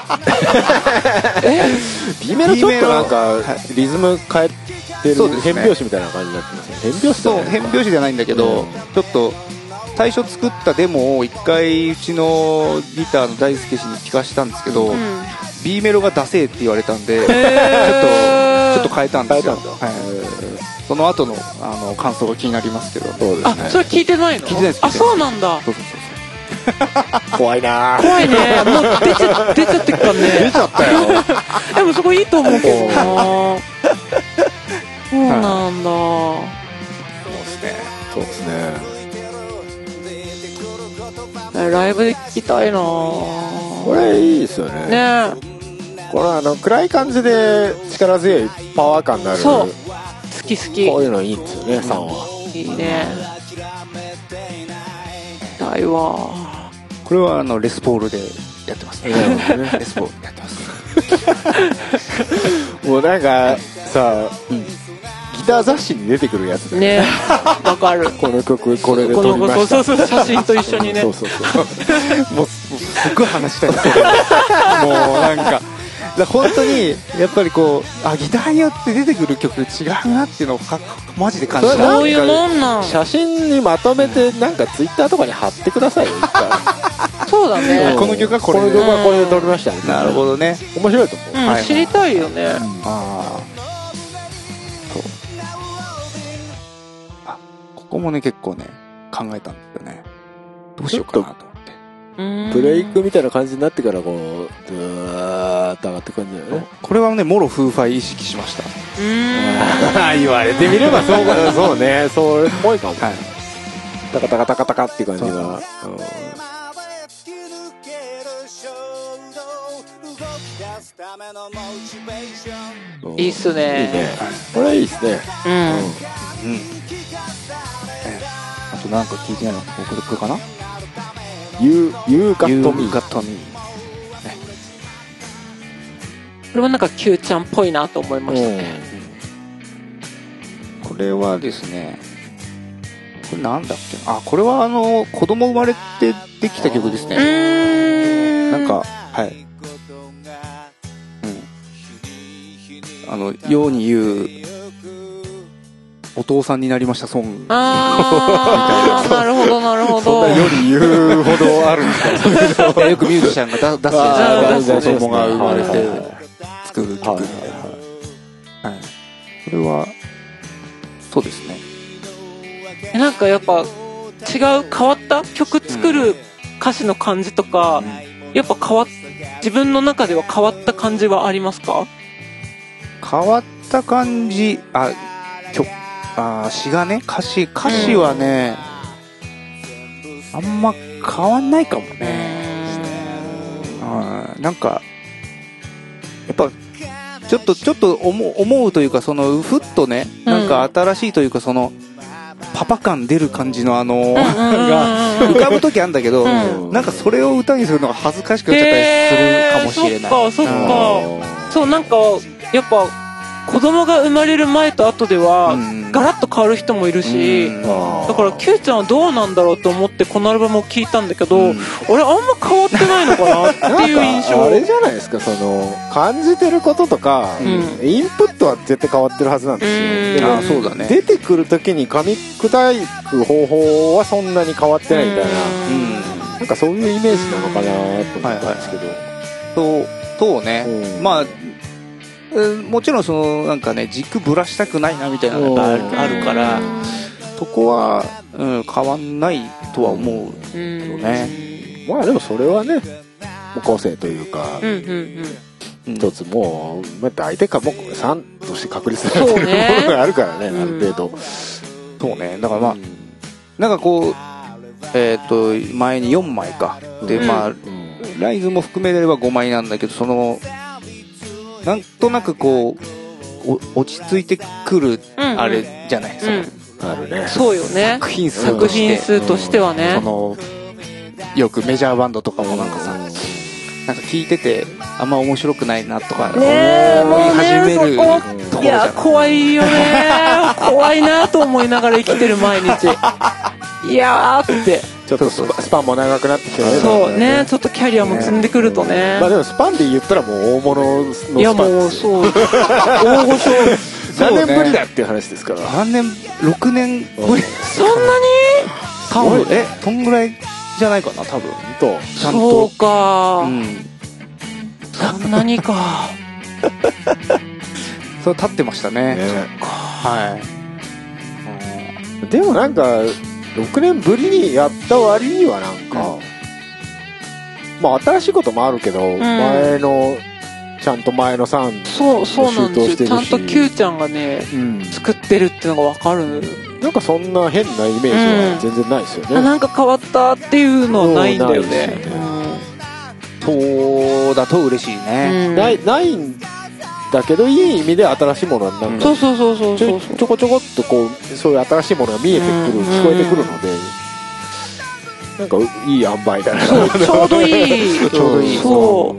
メロちょっとなんかリズム変えてる変拍子みたいな感じになってますね。変拍子そう変拍子じゃないんだけど、ちょっと最初作ったデモを一回うちのギターの大輔氏に聞かせたんですけど、B メロがダセーって言われたんで、ちょっと変えたんですよ。その後の感想が気になりますけど。 あ、それ聞いてないの？ 聞いてないです。 あ、そうなんだ。 そう怖いな。 怖いね。もう出ちゃってっからね。 出ちゃったよ。 でもそこいいと思うけどな。そうなんだ。 そうですね。 ライブで聴きたいな。 これいいですよね。 ね。 これ暗い感じで力強いパワー感のある。 そう。好き。 こういうのいいんですよね、3は。 いいね。大わ。 これはレスポールでやってますね。レスポールでやってます。 もうなんかさ、ギター雑誌に出てくるやつだよね。わかる。 この曲これで撮りました。 そう写真と一緒にね。 そう。 もうすっごい話したいですけど、もうなんか。本当にやっぱりこうギターによって出てくる曲違うなっていうのをマジで感じた。 そういうもんなん。 写真にまとめてなんかツイッターとかに貼ってくださいよ。 そうだね。 この曲はこれで撮りましたね。 なるほどね。 面白いと思う。 知りたいよね。 ここもね結構ね考えたんですよね。どうしようかなと。 ブレイクみたいな感じになってからこうドゥーッと上がってくるんだよね。 これはねもろ風ファイ意識しました。 言われてみればそうね、それっぽいかも。タカタカタカタカっていう感じが。 いいっすね。 これいいっすね。 あとなんか聞いてないのこれかな。 You got me。 これはなんか Q ちゃんっぽいなと思いましたね。 これはですね、これなんだっけ。これは子供生まれてできた曲ですね。なんか世に言うお父さんになりましたソング。 なるほど。 そんなより言うほどあるんですか。よくミュージシャンが出す子供が生まれて作る曲みたいな。これはそうですね。 なんかやっぱ違う変わった曲作る歌詞の感じとか、やっぱ自分の中では変わった感じはありますか？ 変わった感じ詩がね、歌詞はね、あんま変わんないかもね。なんかやっぱちょっと思うというか、そのふっとね、なんか新しいというか、そのパパ感出る感じのが浮かぶ時あるんだけど、なんかそれを歌にするのが恥ずかしくなっちゃったりするかもしれない。 そっか。そう、なんかやっぱ子供が生まれる前と後ではガラッと変わる人もいるし、だから Q ちゃんはどうなんだろうと思ってこのアルバムを聴いたんだけど、俺あんま変わってないのかなっていう印象。 あれじゃないですか、その感じてることとか、インプットは絶対変わってるはずなんですよ。 そうだね。 出てくる時に噛み砕く方法はそんなに変わってないみたいな、なんかそういうイメージなのかなと思ったんですけど。 そうね。まあもちろんそのなんかね、軸ぶらしたくないなみたいなのがあるから、そこは、変わんないとは思うよね。 まあでもそれはね、個性というか、一つもう相手かも3として確立されてるものがあるからね、ある程度。 そうね。だからまあ、なんかこう前に4枚かで、まあライズも含めれば5枚なんだけど、そのなんとなくこう落ち着いてくるあれじゃない、 あるね。 そうよね。 作品数としてはね。 そのよくメジャーバンドとかもなんかさ、なんか聞いててあんま面白くないなとか思い始めるところじゃん。 いや怖いよね。怖いなと思いながら生きてる毎日。いやーってちょっとスパンも長くなってきてね。 そうね、ちょっとキャリアも積んでくるとね。 まあでもスパンで言ったらもう大物のスパンですよ。 いやもうそう大御所何年ぶりだっていう話ですから。 何年6年ぶり。 そんなに多分そんぐらいじゃないかな多分。 ちゃんとそうか、そんなにか。 そう立ってましたね。はい。 でもなんか6年ぶりにやった割にはなんか、まあ新しいこともあるけど、前のちゃんと前の3 そうなんですよ。ちゃんと Q ちゃんがね、作ってるっていうのが分かる。 なんかそんな変なイメージは全然ないですよね。 なんか変わったっていうのはないんだよね。 そうだと嬉しいね。 ないんだけどいい意味で新しいものはなんかそうちょこちょこっとこうそういう新しいものが見えてくる、聞こえてくるので、なんかいい塩梅だな。 ちょうどいい。 ちょうどいい。 そう。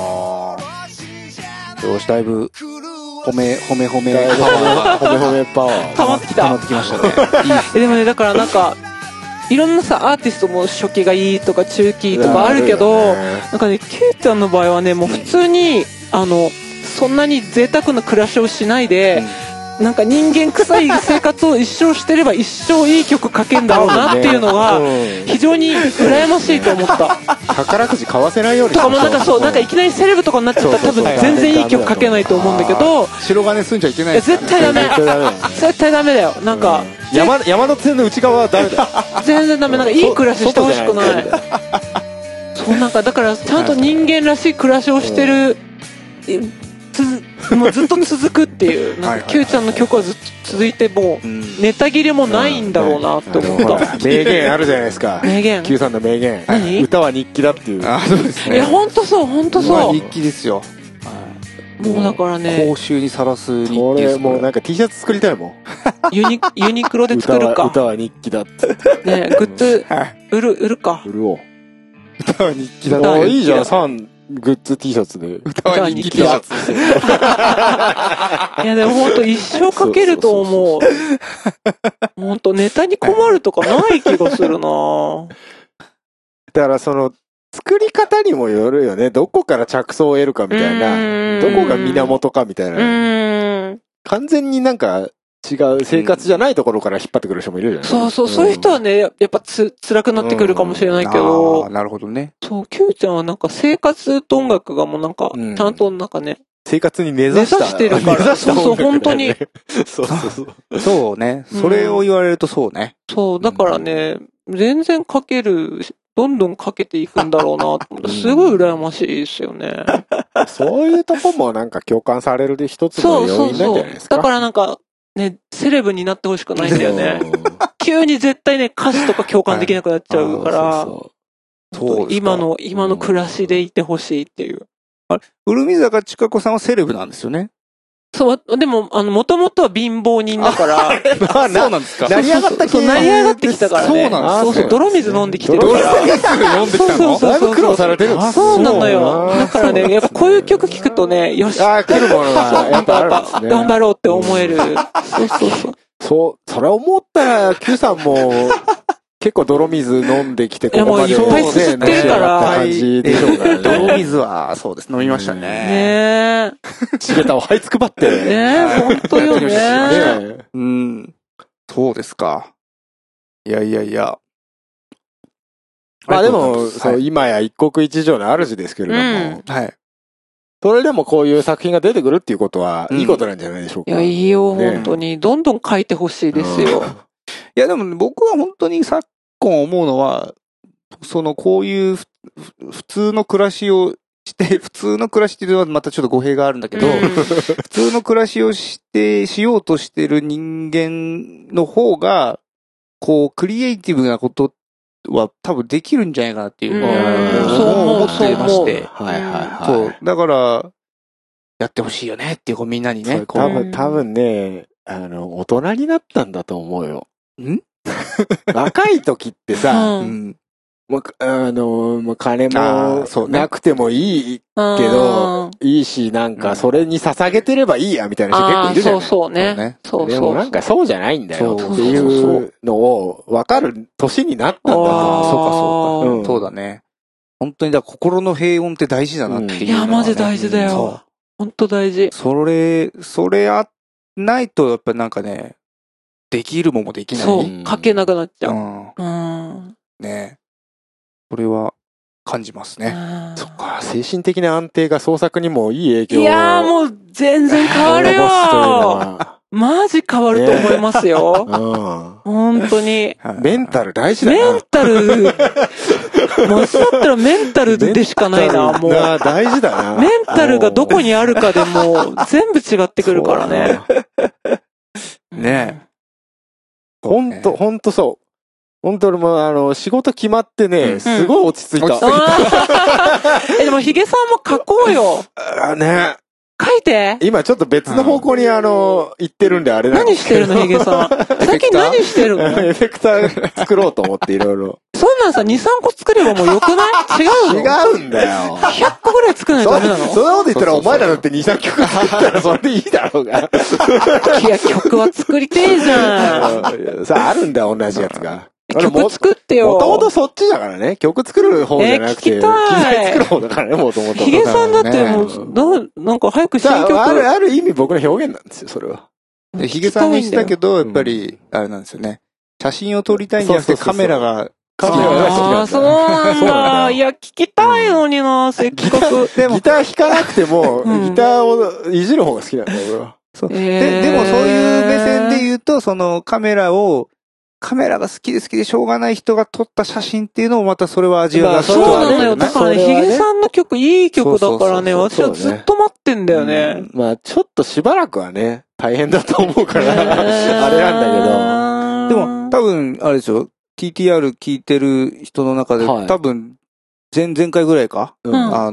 よし、だいぶ褒めパワー溜まってきた。 溜まってきましたね。 でもね、だからなんかいろんなさアーティストも初期がいいとか中期とかあるけど、なんかね Q ちゃんの場合はね、もう普通にそんなに贅沢な暮らしをしないで、なんか人間臭い生活を一生してれば一生いい曲書けんだろうなっていうのが非常に羨ましいと思った。 宝くじ買わせないようにとかもなんかそう、なんかいきなりセレブとかになっちゃったら多分全然いい曲書けないと思うんだけど、 白金住んじゃいけない。 絶対ダメ。絶対ダメだよ。なんか山手線の内側はダメだよ。 全然ダメ。なんかいい暮らししてほしくない。そう、なんかだからちゃんと人間らしい暮らしをしてる、もうずっと続くっていう、なんか Q ちゃんの曲はずっと続いて、もうネタ切れもないんだろうなって思った。 名言あるじゃないですか。 名言 Q さんの名言。 何？ 歌は日記だっていう。 そうですね。 いや本当そう。 日記ですよ。 もうだからね、 公衆にさらす日記です。 俺もうなんか T シャツ作りたいもん。 ユニクロで作るか。 歌は日記だって。 ね、グッズ売るか。 売るを。 歌は日記だ。 いいじゃん、3グッズ T シャツで。 歌は日記 T シャツ。 いやでも本当一生かけると思う。本当ネタに困るとかない気がするな。 だからその作り方にもよるよね。どこから着想を得るかみたいな。どこが源かみたいな。完全になんか違う生活じゃないところから引っ張ってくる人もいるじゃない。 そういう人はね、やっぱ辛くなってくるかもしれないけど。 なるほどね。 そう、Q ちゃんはなんか生活と音楽がもうなんか、ちゃんとなんかね、 生活に根ざしてるから。そう、本当に。 そうね。それを言われるとそうね。 そう、だからね、全然書ける、どんどん書けていくんだろうなと思って、すごい羨ましいですよね。 そういうとこもなんか共感される一つの要因なんじゃないですか。 だからなんか、ね、セレブになってほしくないんだよね。急に絶対ね、歌詞とか共感できなくなっちゃうから、今の暮らしでいてほしいっていう。 古見坂千佳子さんはセレブなんですよね。 そう、でも、もともとは貧乏人だから。 そうなんですか。 成り上がったそう、成り上がってきたからね。 そうなんです。 そう、泥水飲んできてるから。 泥水飲んできたの？ だいぶ苦労されてるんです。 そうなのよ。だからね、やっぱこういう曲聴くとね、よし。 来るものが、やっぱあるんですね。 頑張ろうって思える。そうそうそう。 そう、それ思ったら、Q さんも、結構泥水飲んできて、ここまでいっぱいすすってるから。 感じでしょうからね。 泥水は、そうです。飲みましたね。 ねえ。地べたを這いつくばって。 ねえ、ほんとよね。 うん。そうですか。いやいやいや。 まあでも、そう、今や一国一城の主ですけれども。 はい。 それでもこういう作品が出てくるっていうことは、いいことなんじゃないでしょうか。 いや、いいよ、本当に。どんどん書いてほしいですよ。 いや、でも僕は本当に昨今思うのは、こういう普通の暮らしをして、普通の暮らしっていうのはまたちょっと語弊があるんだけど、普通の暮らしをしようとしてる人間の方が、クリエイティブなことは多分できるんじゃないかなっていうのを思ってまして。 はいはいはい。 そう。だから、やってほしいよねっていう、みんなにね。 多分ね、大人になったんだと思うよ。若い時ってさ、金もなくてもいいけど、いいし、なんかそれに捧げてればいいや、みたいな人結構いるじゃん。 そうね。 でもなんかそうじゃないんだよっていうのを分かる年になったんだと。 そうか。そうだね。本当に心の平穏って大事だなっていう。 いや、マジ大事だよ。本当大事。 それないとやっぱなんかね、できるももできない。 そう、書けなくなっちゃう。 ね。これは感じますね。 そっか、精神的な安定が創作にもいい影響を。 いやーもう全然変わるよマジ変わると思いますよ。本当に。 メンタル大事だな。 メンタル、もうそうだったらメンタルでしかないな、もう。 大事だな。 メンタルがどこにあるかでもう全部違ってくるからね。 ねえ。 ほんとそう。本当にもう仕事決まってね、すごい落ち着いた。 でもヒゲさんも書こうよ。 ね。 書いて。 今ちょっと別の方向に行ってるんであれなんですけど。 何してるのヒゲさん。最近何してるのエフェクター作ろうと思っていろいろ。 そんなんさ、2、3個作ればもうよくない？違うの？ 違うんだよ。 100個ぐらい作らないとダメなの？ そんなこと言ったらお前らだって2、3曲作ったらそれでいいだろうが。いや、曲は作りてえじゃん。さあ、あるんだよ、同じやつが。 曲作ってよ。 もともとそっちだからね。曲作る方じゃなくて。 聞きたい。 作る方だからね、もともと。 ヒゲさんだってもう、なんか早く新曲。 ある意味僕の表現なんですよ、それは。 ヒゲさんも言ってたけど、やっぱり、あれなんですよね。写真を撮りたいんじゃなくてカメラが好きなんだ。 あ、そうなんだ。いや、聞きたいのにな、せっかく。 でもギター弾かなくても、ギターをいじる方が好きなんだよ、俺は。 そう。でもそういう目線で言うと、カメラが好きでしょうがない人が撮った写真っていうのもまたそれは味わいがそうなのよ。だからね、ヒゲさんの曲いい曲だからね、私はずっと待ってんだよね。 まあちょっとしばらくはね、大変だと思うから、あれなんだけど。でも多分、あれですよ、TTR 聞いてる人の中で、多分、前回ぐらいか、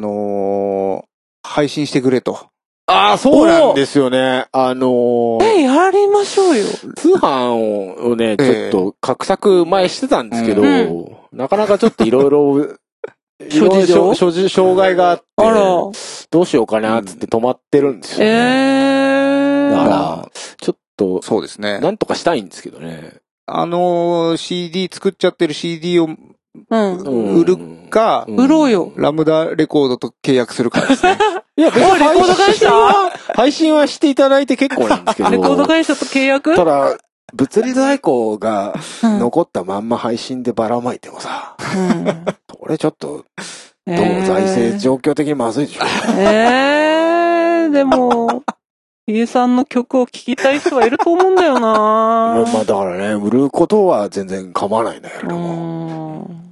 配信してくれと。 ああ、そうなんですよね。 やりましょうよ。 通販をね、ちょっと画策前してたんですけど、なかなかちょっといろいろ、所持障害があって、どうしようかなつって止まってるんですよね。だから、ちょっと、 そうですね。 なんとかしたいんですけどね。 CD 作っちゃってる CD を、売るか、 売ろうよ。 ラムダレコードと契約するかですね。 いや、別に配信はしていただいて結構なんですけど。 レコード会社と契約？ ただ、物理在庫が残ったまんま配信でばらまいてもさ、これちょっと、財政状況的にまずいでしょ。 でも、ヒゲさんの曲を聴きたい人はいると思うんだよなまあだからね、売ることは全然構わないんだけれども。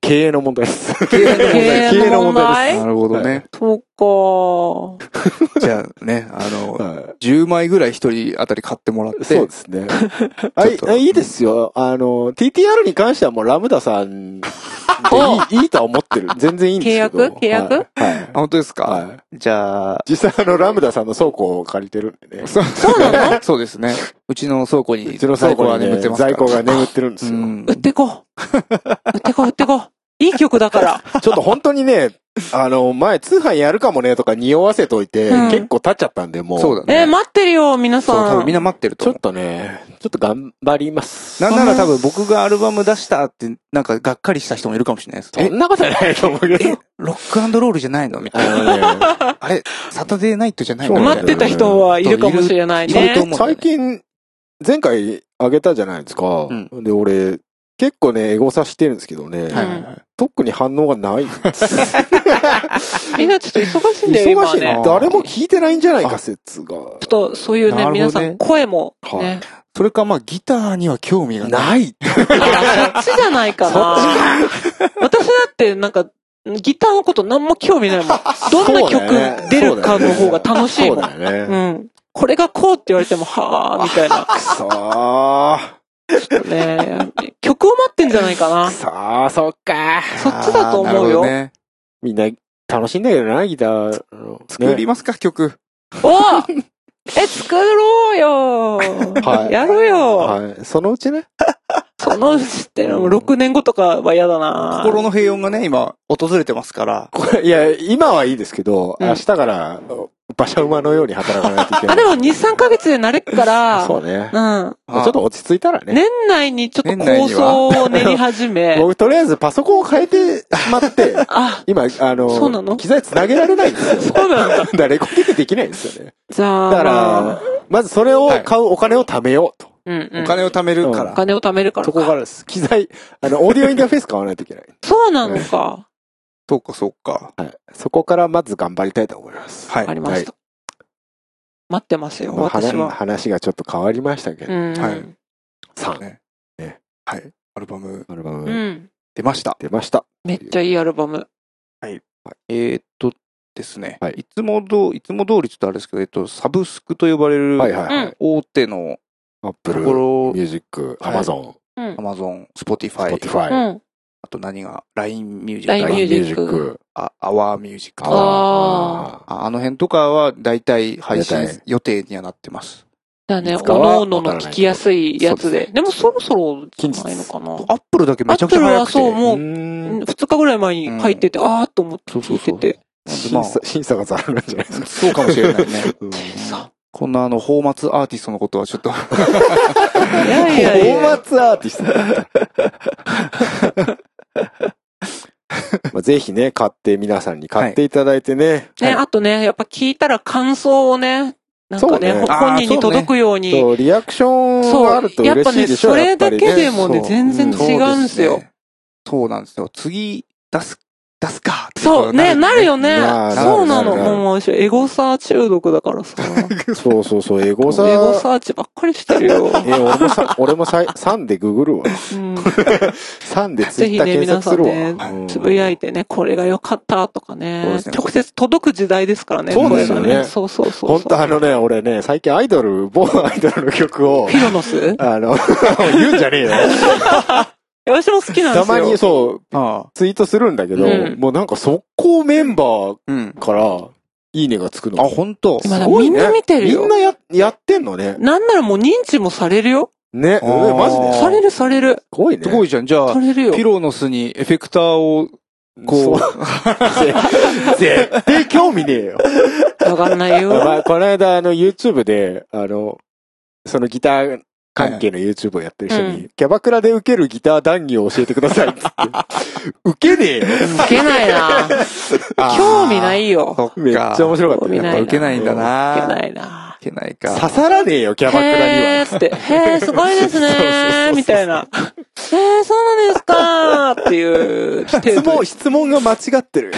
経営の問題です。 経営の問題なるほどね。 そうか。 じゃあね、10枚ぐらい一人あたり買ってもらって。 そうですね。いいですよ。TTR に関してはもうラムダさんでいいとは思ってる。全然いいんですけど。 契約はい。 本当ですか？ はい。 じゃあ。 実際ラムダさんの倉庫を借りてるんでね。 そうなの？ そうですね。うちの倉庫に在庫が眠ってますから。在庫が眠ってるんですよ。 売ってこう。いい曲だから。 ちょっと本当にね、前通販やるかもねとか匂わせといて、結構経っちゃったんで、もう。 そうだね。 待ってるよ、皆さん。 そう、多分みんな待ってると思う。 ちょっとね、ちょっと頑張ります。 なんなら多分僕がアルバム出したって、なんかがっかりした人もいるかもしれないです。 そんなことないと思うけど。 ロック&ロールじゃないのみたいな。あれ、サタデーナイトじゃないの？ 待ってた人はいるかもしれないね。 最近、前回あげたじゃないですか。で、俺、結構ね、エゴサしてるんですけどね。特に反応がない。 みんなちょっと忙しいんだよ、今ね。 忙しい。誰も聞いてないんじゃないか説が。ちょっと、そういうね、皆さん、声も、ね。 それかまあ、ギターには興味がない。 そっちじゃないかな。私だって、なんか、ギターのこと何も興味ないもん。どんな曲出るかの方が楽しいもん。 そうだよね。 これがこうって言われても、はぁ、みたいな。 くそー。 ちょっとね、曲を待ってんじゃないかな。 そっか。 そっちだと思うよ。ね、 みんな楽しいんだけどな、ギター。 作りますか、曲。 作ろうよ。はい。やるよ。 はい。そのうちね。 そのうちって6年後とかは嫌だな。 心の平穏がね、今、訪れてますから。 いや、今はいいですけど、明日から、馬車馬のように働かないといけない。 でも2、3ヶ月で慣れっから。 そうね。ちょっと落ち着いたらね。 年内にちょっと構想を練り始め。 僕とりあえずパソコンを変えてしまって、今、 そうなの？ 機材繋げられないんですよ。 そうなんだ。 だからレコーディングできないんですよね。 じゃあ。 だから、まずそれを買うお金を貯めようと。 お金を貯めるから。 お金を貯めるから。 そこからです。機材、オーディオインターフェース買わないといけない。 そうなのか。 そうか。 はい。そこからまず頑張りたいと思います。 はい。わかりました。待ってますよ、私は。 話がちょっと変わりましたけど。はい。 3。ね。はい。アルバム。出ました。 めっちゃいいアルバム。 はい。ですね。はい。いつも通りちょっとあれですけど、サブスクと呼ばれる大手のアップルミュージック、アマゾン、スポティファイ。あと何が LINE ミュージック。 LINE ミュージック。 アワーミュージック。あの辺とかは大体配信予定にはなってます。 だね、各々の聞きやすいやつで。でもそろそろじゃないのかな。 アップルだけめちゃくちゃ早くて。 アップルはそう、もう、2日ぐらい前に入ってて、あーっと思って聞いてて。 審査がざるなんじゃないですか。 そうかもしれないね。こんな泡沫アーティストのことはちょっと。 泡沫アーティスト。ぜひね、皆さんに買っていただいてね。 あとね、やっぱ聞いたら感想をね、なんかね、本人に届くように。 そう、リアクションがあると嬉しいでしょ。 やっぱね、それだけでもね、全然違うんですよ。 そうなんですよ。次、出すか。 そう、ね、なるよね。そうなの。もう、エゴサー中毒だからさ。 そう、エゴサーチばっかりしてるよ。 俺も3でググるわ。3でツイッター検索するわ。 ぜひね、皆さんね、つぶやいてね、これが良かったとかね。直接届く時代ですからね。 そうですよね。 そう。 本当俺ね、最近某アイドルの曲を。 フィロノス言うんじゃねえよ。 私も好きなんですよ。 たまにそう、ツイートするんだけど、もうなんか速攻メンバーから、いいねがつくの。 本当。 みんな見てるよ。 みんなやってんのね。 なんならもう認知もされるよ。 ね、マジでされる。 すごいね。 すごいじゃん。じゃあ、 ピロノスにエフェクターを、こう。 絶対興味ねえよ。 わかんないよ。 この間YouTube で、そのギター、関係の YouTube をやってる人に、キャバクラで受けるギター談義を教えてくださいって。受けねえよ。 受けないな。興味ないよ。 めっちゃ面白かったね。 やっぱ受けないんだな。 受けないな。 受けないか。 刺さらねえよ、キャバクラには。 へー、すごいですねみたいな。そうなんですかっていう。 質問が間違ってる。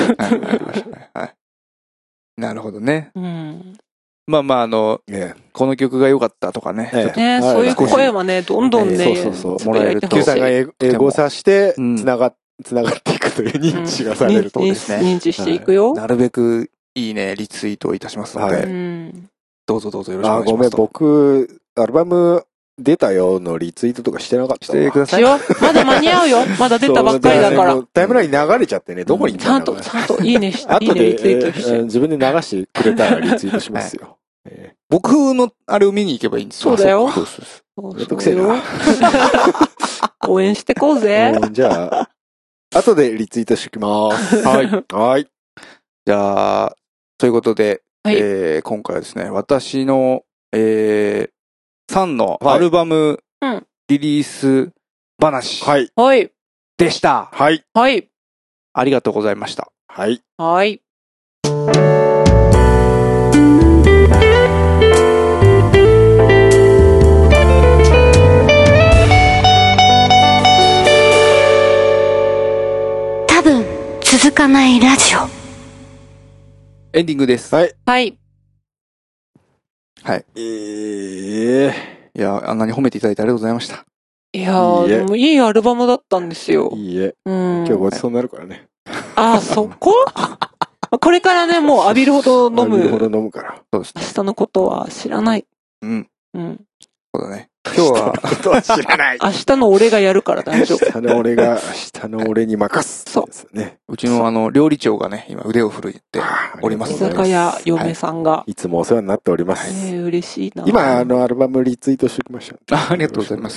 なるほどね。まあこの曲が良かったとかね。 そういう声はね、どんどんね、 もらえると。Q さんがエゴサして、繋がっていく。 くという認知がされるとですね認知していくよ。 なるべくいいね、リツイートをいたしますので、どうぞどうぞよろしくお願いします。 ごめん、僕、アルバム出たよのリツイートとかしてなかった。 してください。 しよう。まだ間に合うよ。まだ出たばっかりだから。 タイムライン流れちゃってね、どこに行ったのかちゃんといいねして、 後でリツイートして。 自分で流してくれたらリツイートしますよ。 僕のあれを見に行けばいいんですよ。そうだよ。 めんどくせえな。 応援してこうぜ。 じゃあ、後でリツイートしてきます。 はい。 はい。 じゃあ、ということで、 はい、 今回はですね、私の、3のアルバムリリース話でした。 はい。 はい。 ありがとうございました。 はい。 はい。 多分続かないラジオ。 エンディングです。 はい。 はい。 はい。 いや、あんなに褒めていただいてありがとうございました。 いやー、でもいいアルバムだったんですよ。 いいえ。今日ごちそうになるからね。 そここれからね、もう浴びるほど飲む。 浴びるほど飲むから。 そうですね。 明日のことは知らない。 うん。そうだね。今日は、 知らない。 明日の俺がやるから大丈夫。 明日の俺に任す。 そうですね。 うちの料理長がね、今腕を振るっております居酒屋嫁さんが。 いつもお世話になっております。 嬉しいな。 今、アルバムリツイートしてきました。 ありがとうございます。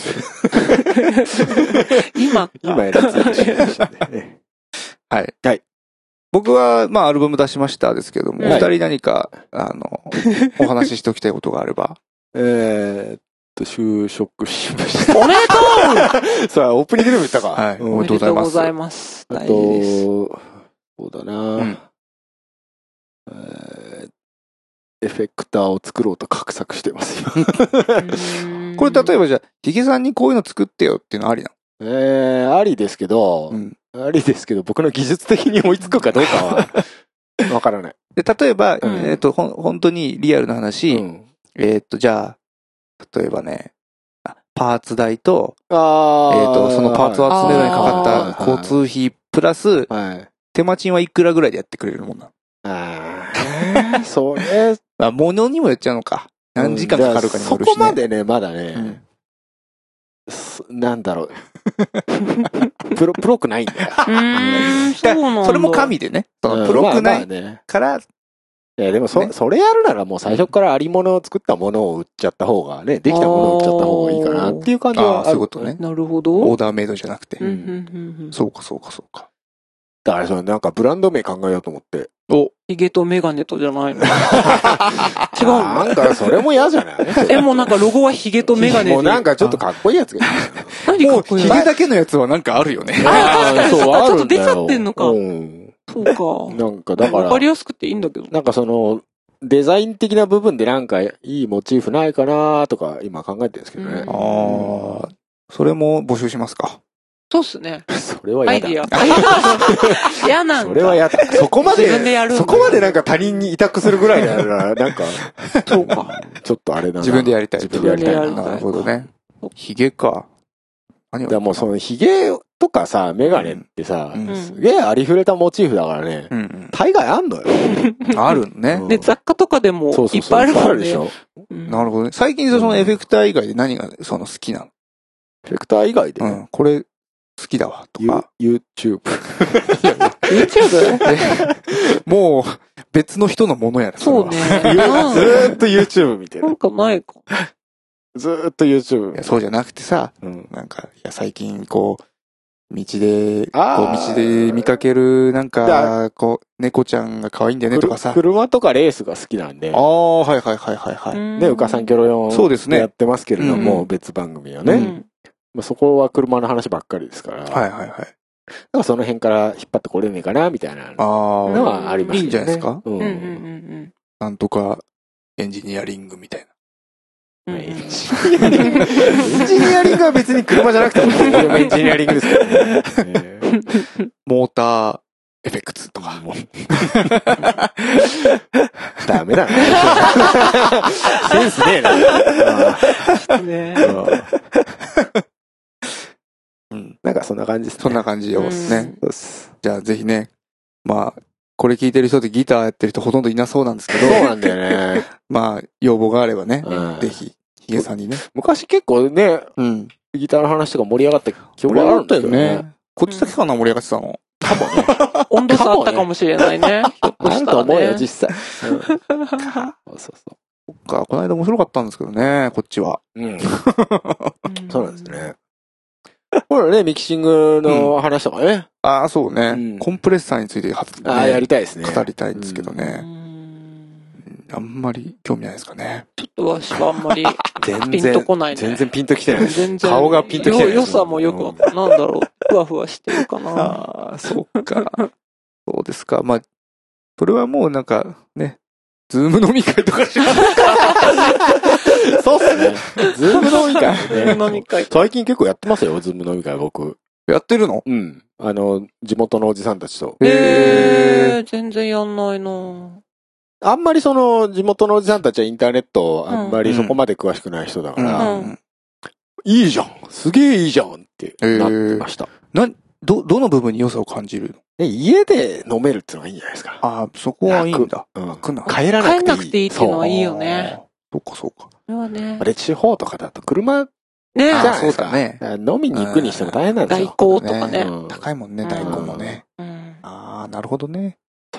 今リツイートしてきましたね。 はい。 はい。 僕は、アルバム出しましたですけども、お二人何か、お話ししておきたいことがあれば。 就職しました。 おめでとうさあ、オープニングでも言ったか。 はい。 おめでとうございます。大事です。 そうだな、エフェクターを作ろうと画策してますよ。 これ例えばじゃあ、ヒゲさんにこういうの作ってよっていうのありなの？ありですけど、僕の技術的に追いつくかどうかは、わからない。 で、例えば、本当にリアルな話、じゃあ、例えばね、パーツ代と、そのパーツを集めるのにかかった交通費プラス、手間賃はいくらぐらいでやってくれるもんなの？それ、 物にもよっちゃうのか。何時間かかるかにもよるしね。 そこまでね、まだね、なんだろう。プロくないんだよ。 それも神でね。プロくないから、 でもそれやるならもう最初からありものを作ったものを売っちゃった方がね、できたものを売っちゃった方がいいかなっていう感じはある。 そういうことね。 なるほど。 オーダーメイドじゃなくて。そうか。 だからなんかブランド名考えようと思って。 ヒゲとメガネとじゃないの？違うの？なんかそれも嫌じゃない？ もうなんかロゴはヒゲとメガネで。 もうなんかちょっとかっこいいやつがいい。 何かっこいい？ ヒゲだけのやつはなんかあるよね。 確かにそう、ちょっと出ちゃってんのか。そうか。 なんかだから。 わかりやすくていいんだけど。 なんかデザイン的な部分でなんかいいモチーフないかなとか今考えてるんですけどね。 それも募集しますか。 そうっすね。 それは嫌だ。 アイディア。嫌なんだ。 それは嫌だ。そこまで、 自分でやる。 そこまでなんか他人に委託するぐらいなら、なんか、 そうか。 ちょっとあれだな。 自分でやりたい。 自分でやりたい。 なるほどね。ヒゲか。 でもそのヒゲとかさ、メガネってさ、すげえありふれたモチーフだからね。大概あんのよ。 あるね。 で、雑貨とかでもいっぱいあるもんね。 でしょ。 なるほどね。最近そのエフェクター以外で何が好きなの？ エフェクター以外でこれ好きだわとか。 YouTube。 YouTube？ もう別の人のものやね。 そうね。ずーっと YouTube 見てる。 なんかないか。 ずーっと YouTube。 そうじゃなくてさ、なんか、最近道で見かける、なんか、猫ちゃんが可愛いんだよねとかさ。 車とかレースが好きなんで。 はい。 ね、うかさんキョロヨン。 そうですね。 やってますけれども、別番組はね。そこは車の話ばっかりですから。 はい。 なんかその辺から引っ張ってこれねえかな、みたいなのはありますね。 いいんじゃないですか？ なんとか、エンジニアリングみたいな。 エンジニアリングは別に車じゃなくてもエンジニアリングですからね。 モーターエフェクツとか。 ダメだね。センスねえな。なんかかそんな感じですね。 そんな感じをね。 そうです。 じゃあぜひね、まあ、これ聞いてる人でギターやってる人ほとんどいなそうなんですけど。 そうなんだよね。 まあ、要望があればね、 うん、 ぜひ、ヒゲさんにね。 昔結構ね、 うん。 ギターの話とか盛り上がった記憶があるんだよね。 こっちだけかな、盛り上がってたの。 かもね。温度差あったかもしれないね。 あると思うよ、実際。そうそうそう。そっか、この間面白かったんですけどね、こっちは。 うん。そうなんですね。ほらね、ミキシングの話とかね。 ああ、そうね。コンプレッサーについてやりたいですね。 語りたいんですけどね。あんまり興味ないですかね。 ちょっとわしはあんまりピンとこないね。 全然ピンときてない。 全然。 顔がピンときてない。 良さもよくわかんない。なんだろう。ふわふわしてるかな。 ああ、そっか。そうですか。まあ、それはもうなんか、ね、ズーム飲み会とかしますか。 そうっすね。ズーム飲み会ね。 ズーム飲み会。 最近結構やってますよ、ズーム飲み会僕。 やってるの？ うん。地元のおじさんたちと。 全然やんないな。 あんまり地元のおじさんたちはインターネットあんまりそこまで詳しくない人だから、いいじゃんすげえいいじゃんってなってました。 どの部分に良さを感じるの？家で飲めるってのがいいんじゃないですか。 ああ、そこはいいんだ。 帰らなくていいっていうのはいいよね。 そうかそうか。 それはね。 あれ地方とかだと車、 ねあ、そうだね。飲みに行くにしても大変なんですよ。 代行とかね。 高いもんね、代行もね。ああ、なるほどね。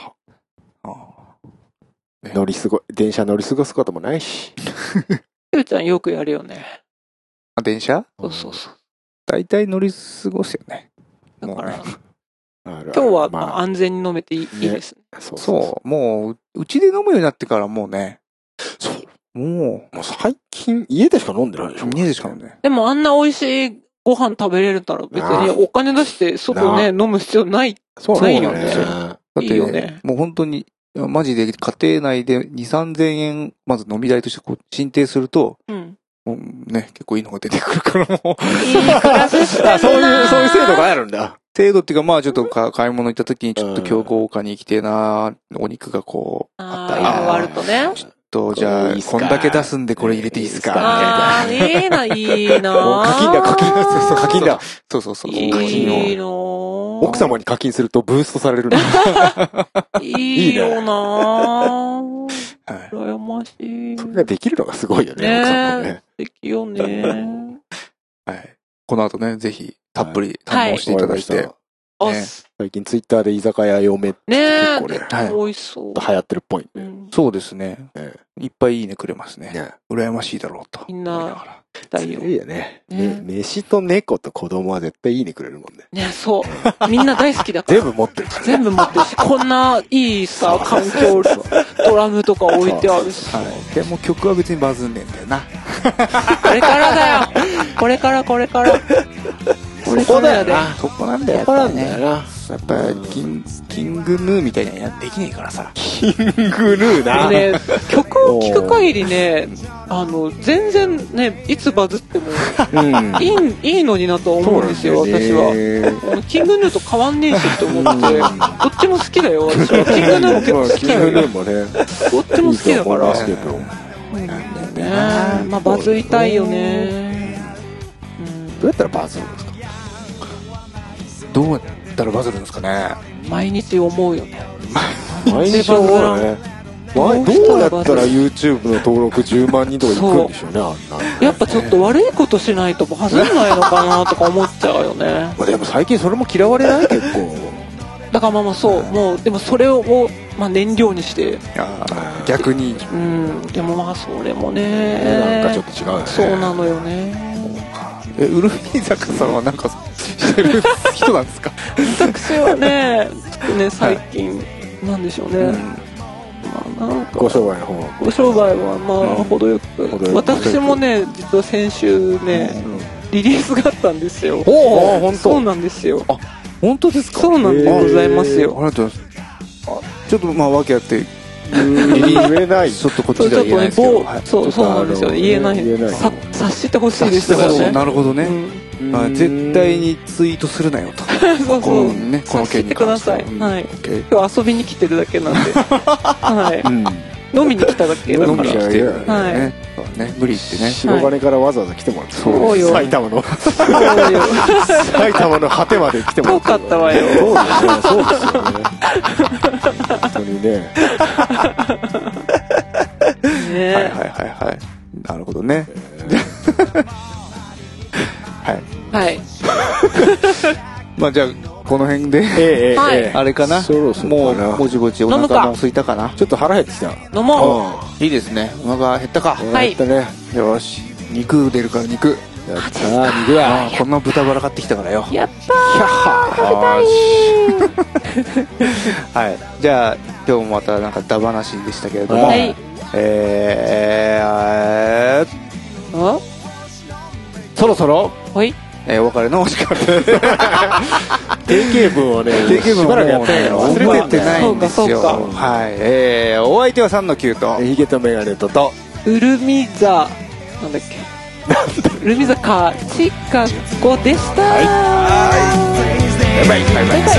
電車乗り過ごすこともないし。 ゆうちゃんよくやるよね。 あ、電車？ そうそうそう。 大体乗り過ごすよね。 だから、今日は安全に飲めていいですね。 そう。もう、うちで飲むようになってからもうね。 そう。もう最近家でしか飲んでないでしょ。 家でしか飲んでない。 でもあんな美味しいご飯食べれるたら別にお金出して外ね、飲む必要ない。ないよね。 だってもう本当に、マジで家庭内で2、3000円、まず飲み代として申請すると、もうね、結構いいのが出てくるからもう。 いい暮らししてるな。 そういう制度があるんだ。 制度っていうか、まあちょっと買い物行った時にちょっと今日豪華に行きてえな、お肉がこう、 あったり。あるとね。 ちょっと、じゃあ、こんだけ出すんでこれ入れていいですかみたいな。いいな。 課金だ。 そう。 いいな。 奥様に課金するとブーストされるんだ。 いいよな。羨ましい。 それができるのがすごいよね、奥様もね。 できよね。 はい。この後ね、ぜひ、たっぷり堪能していただいて。 最近ツイッターで居酒屋嫁って結構ね、 美味しそう。 流行ってるっぽい。 そうですね。いっぱいいいねくれますね。羨ましいだろうと。 みんな、 いいよね。飯と猫と子供は絶対いいねくれるもんね。 ね、そう。みんな大好きだから。 全部持ってる。 全部持ってるし、こんないいさ、環境、ドラムとか置いてあるし。 でも曲は別にバズんねえんだよな。 これからだよ。これから。 そこだよな。 そこなんだよ。 そこなんだよな。 やっぱキングヌーみたいなのできねえからさ。 キングヌーな。 ね、曲を聴く限りね、全然ね、いつバズってもいいのになと思うんですよ、私は。キングヌーと変わんねえしって思って、どっちも好きだよ、私は。キングヌーも結構好きだよ。 キングヌーもね。 どっちも好きだから。そうなんだよね。まあ、バズりたいよね。 どうやったらバズるんですか？ どうやったらバズるんですかね。 毎日思うよね。 毎日思うよね。どうやったら YouTube の登録10万人とかいくんでしょうね、あんな。 やっぱちょっと悪いことしないとバズんないのかなとか思っちゃうよね。 でも最近それも嫌われない結構。 だからまあそう、もう、でもそれを、まあ燃料にして。 逆に。 でもまあそれもね。 なんかちょっと違うよね。 そうなのよね。 ウルフィーザカさんはなんかしてる人なんですか？ 私はね、最近、なんでしょうね。まあなんかご商売の方。 ご商売はまあ程よく。私もね、実は先週ね、リリースがあったんですよ。そうなんですよ。 あ、本当ですか？ そうなんでございますよ。 ありがとうございます。ちょっとまあ訳あって、 言えない。 ちょっとこっちでは言えないですけど。 そうなんですよ。言えない。察してほしいですからね。 なるほどね。絶対にツイートするなよと。 そうそう。 この件に関して。 察してください。はい。今日遊びに来てるだけなんで。はい。飲みに来ただけだから。 飲みに来てる。 はい。 ね。無理ってね。 白金からわざわざ来てもらって。 そうよ。 埼玉の。 そうよ。 埼玉の果てまで来てもらって。 遠かったわよ。 そうですね。そうですよね。本当にね。 ね。 はいはいはいはい。なるほどね。はい。 はい。 まあじゃあ、この辺で、あれかな。 そろそろもう、ぼちぼちお腹も空いたかな。 ちょっと腹減ってきた。 飲もう。いいですね。お腹減ったか。 はい。 減ったね。 よし。肉出るから肉。 やった肉だ。 こんな豚バラ買ってきたからよ。 やったー。食べたいはい。じゃあ、今日もまたなんかダ話でしたけれども。 はい。 そろそろはい。 お別れのお時間です。 定型文をね、しばらくやってないの忘れてないんですよ。 そうか。 はい。お相手は3の9と、 ヒゲとメガネと、 ウルミザ、なんだっけ。ウルミザカチカコでした。はい。 バイバイ。バイバイ。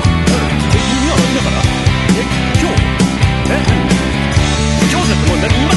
今日じゃってもう何今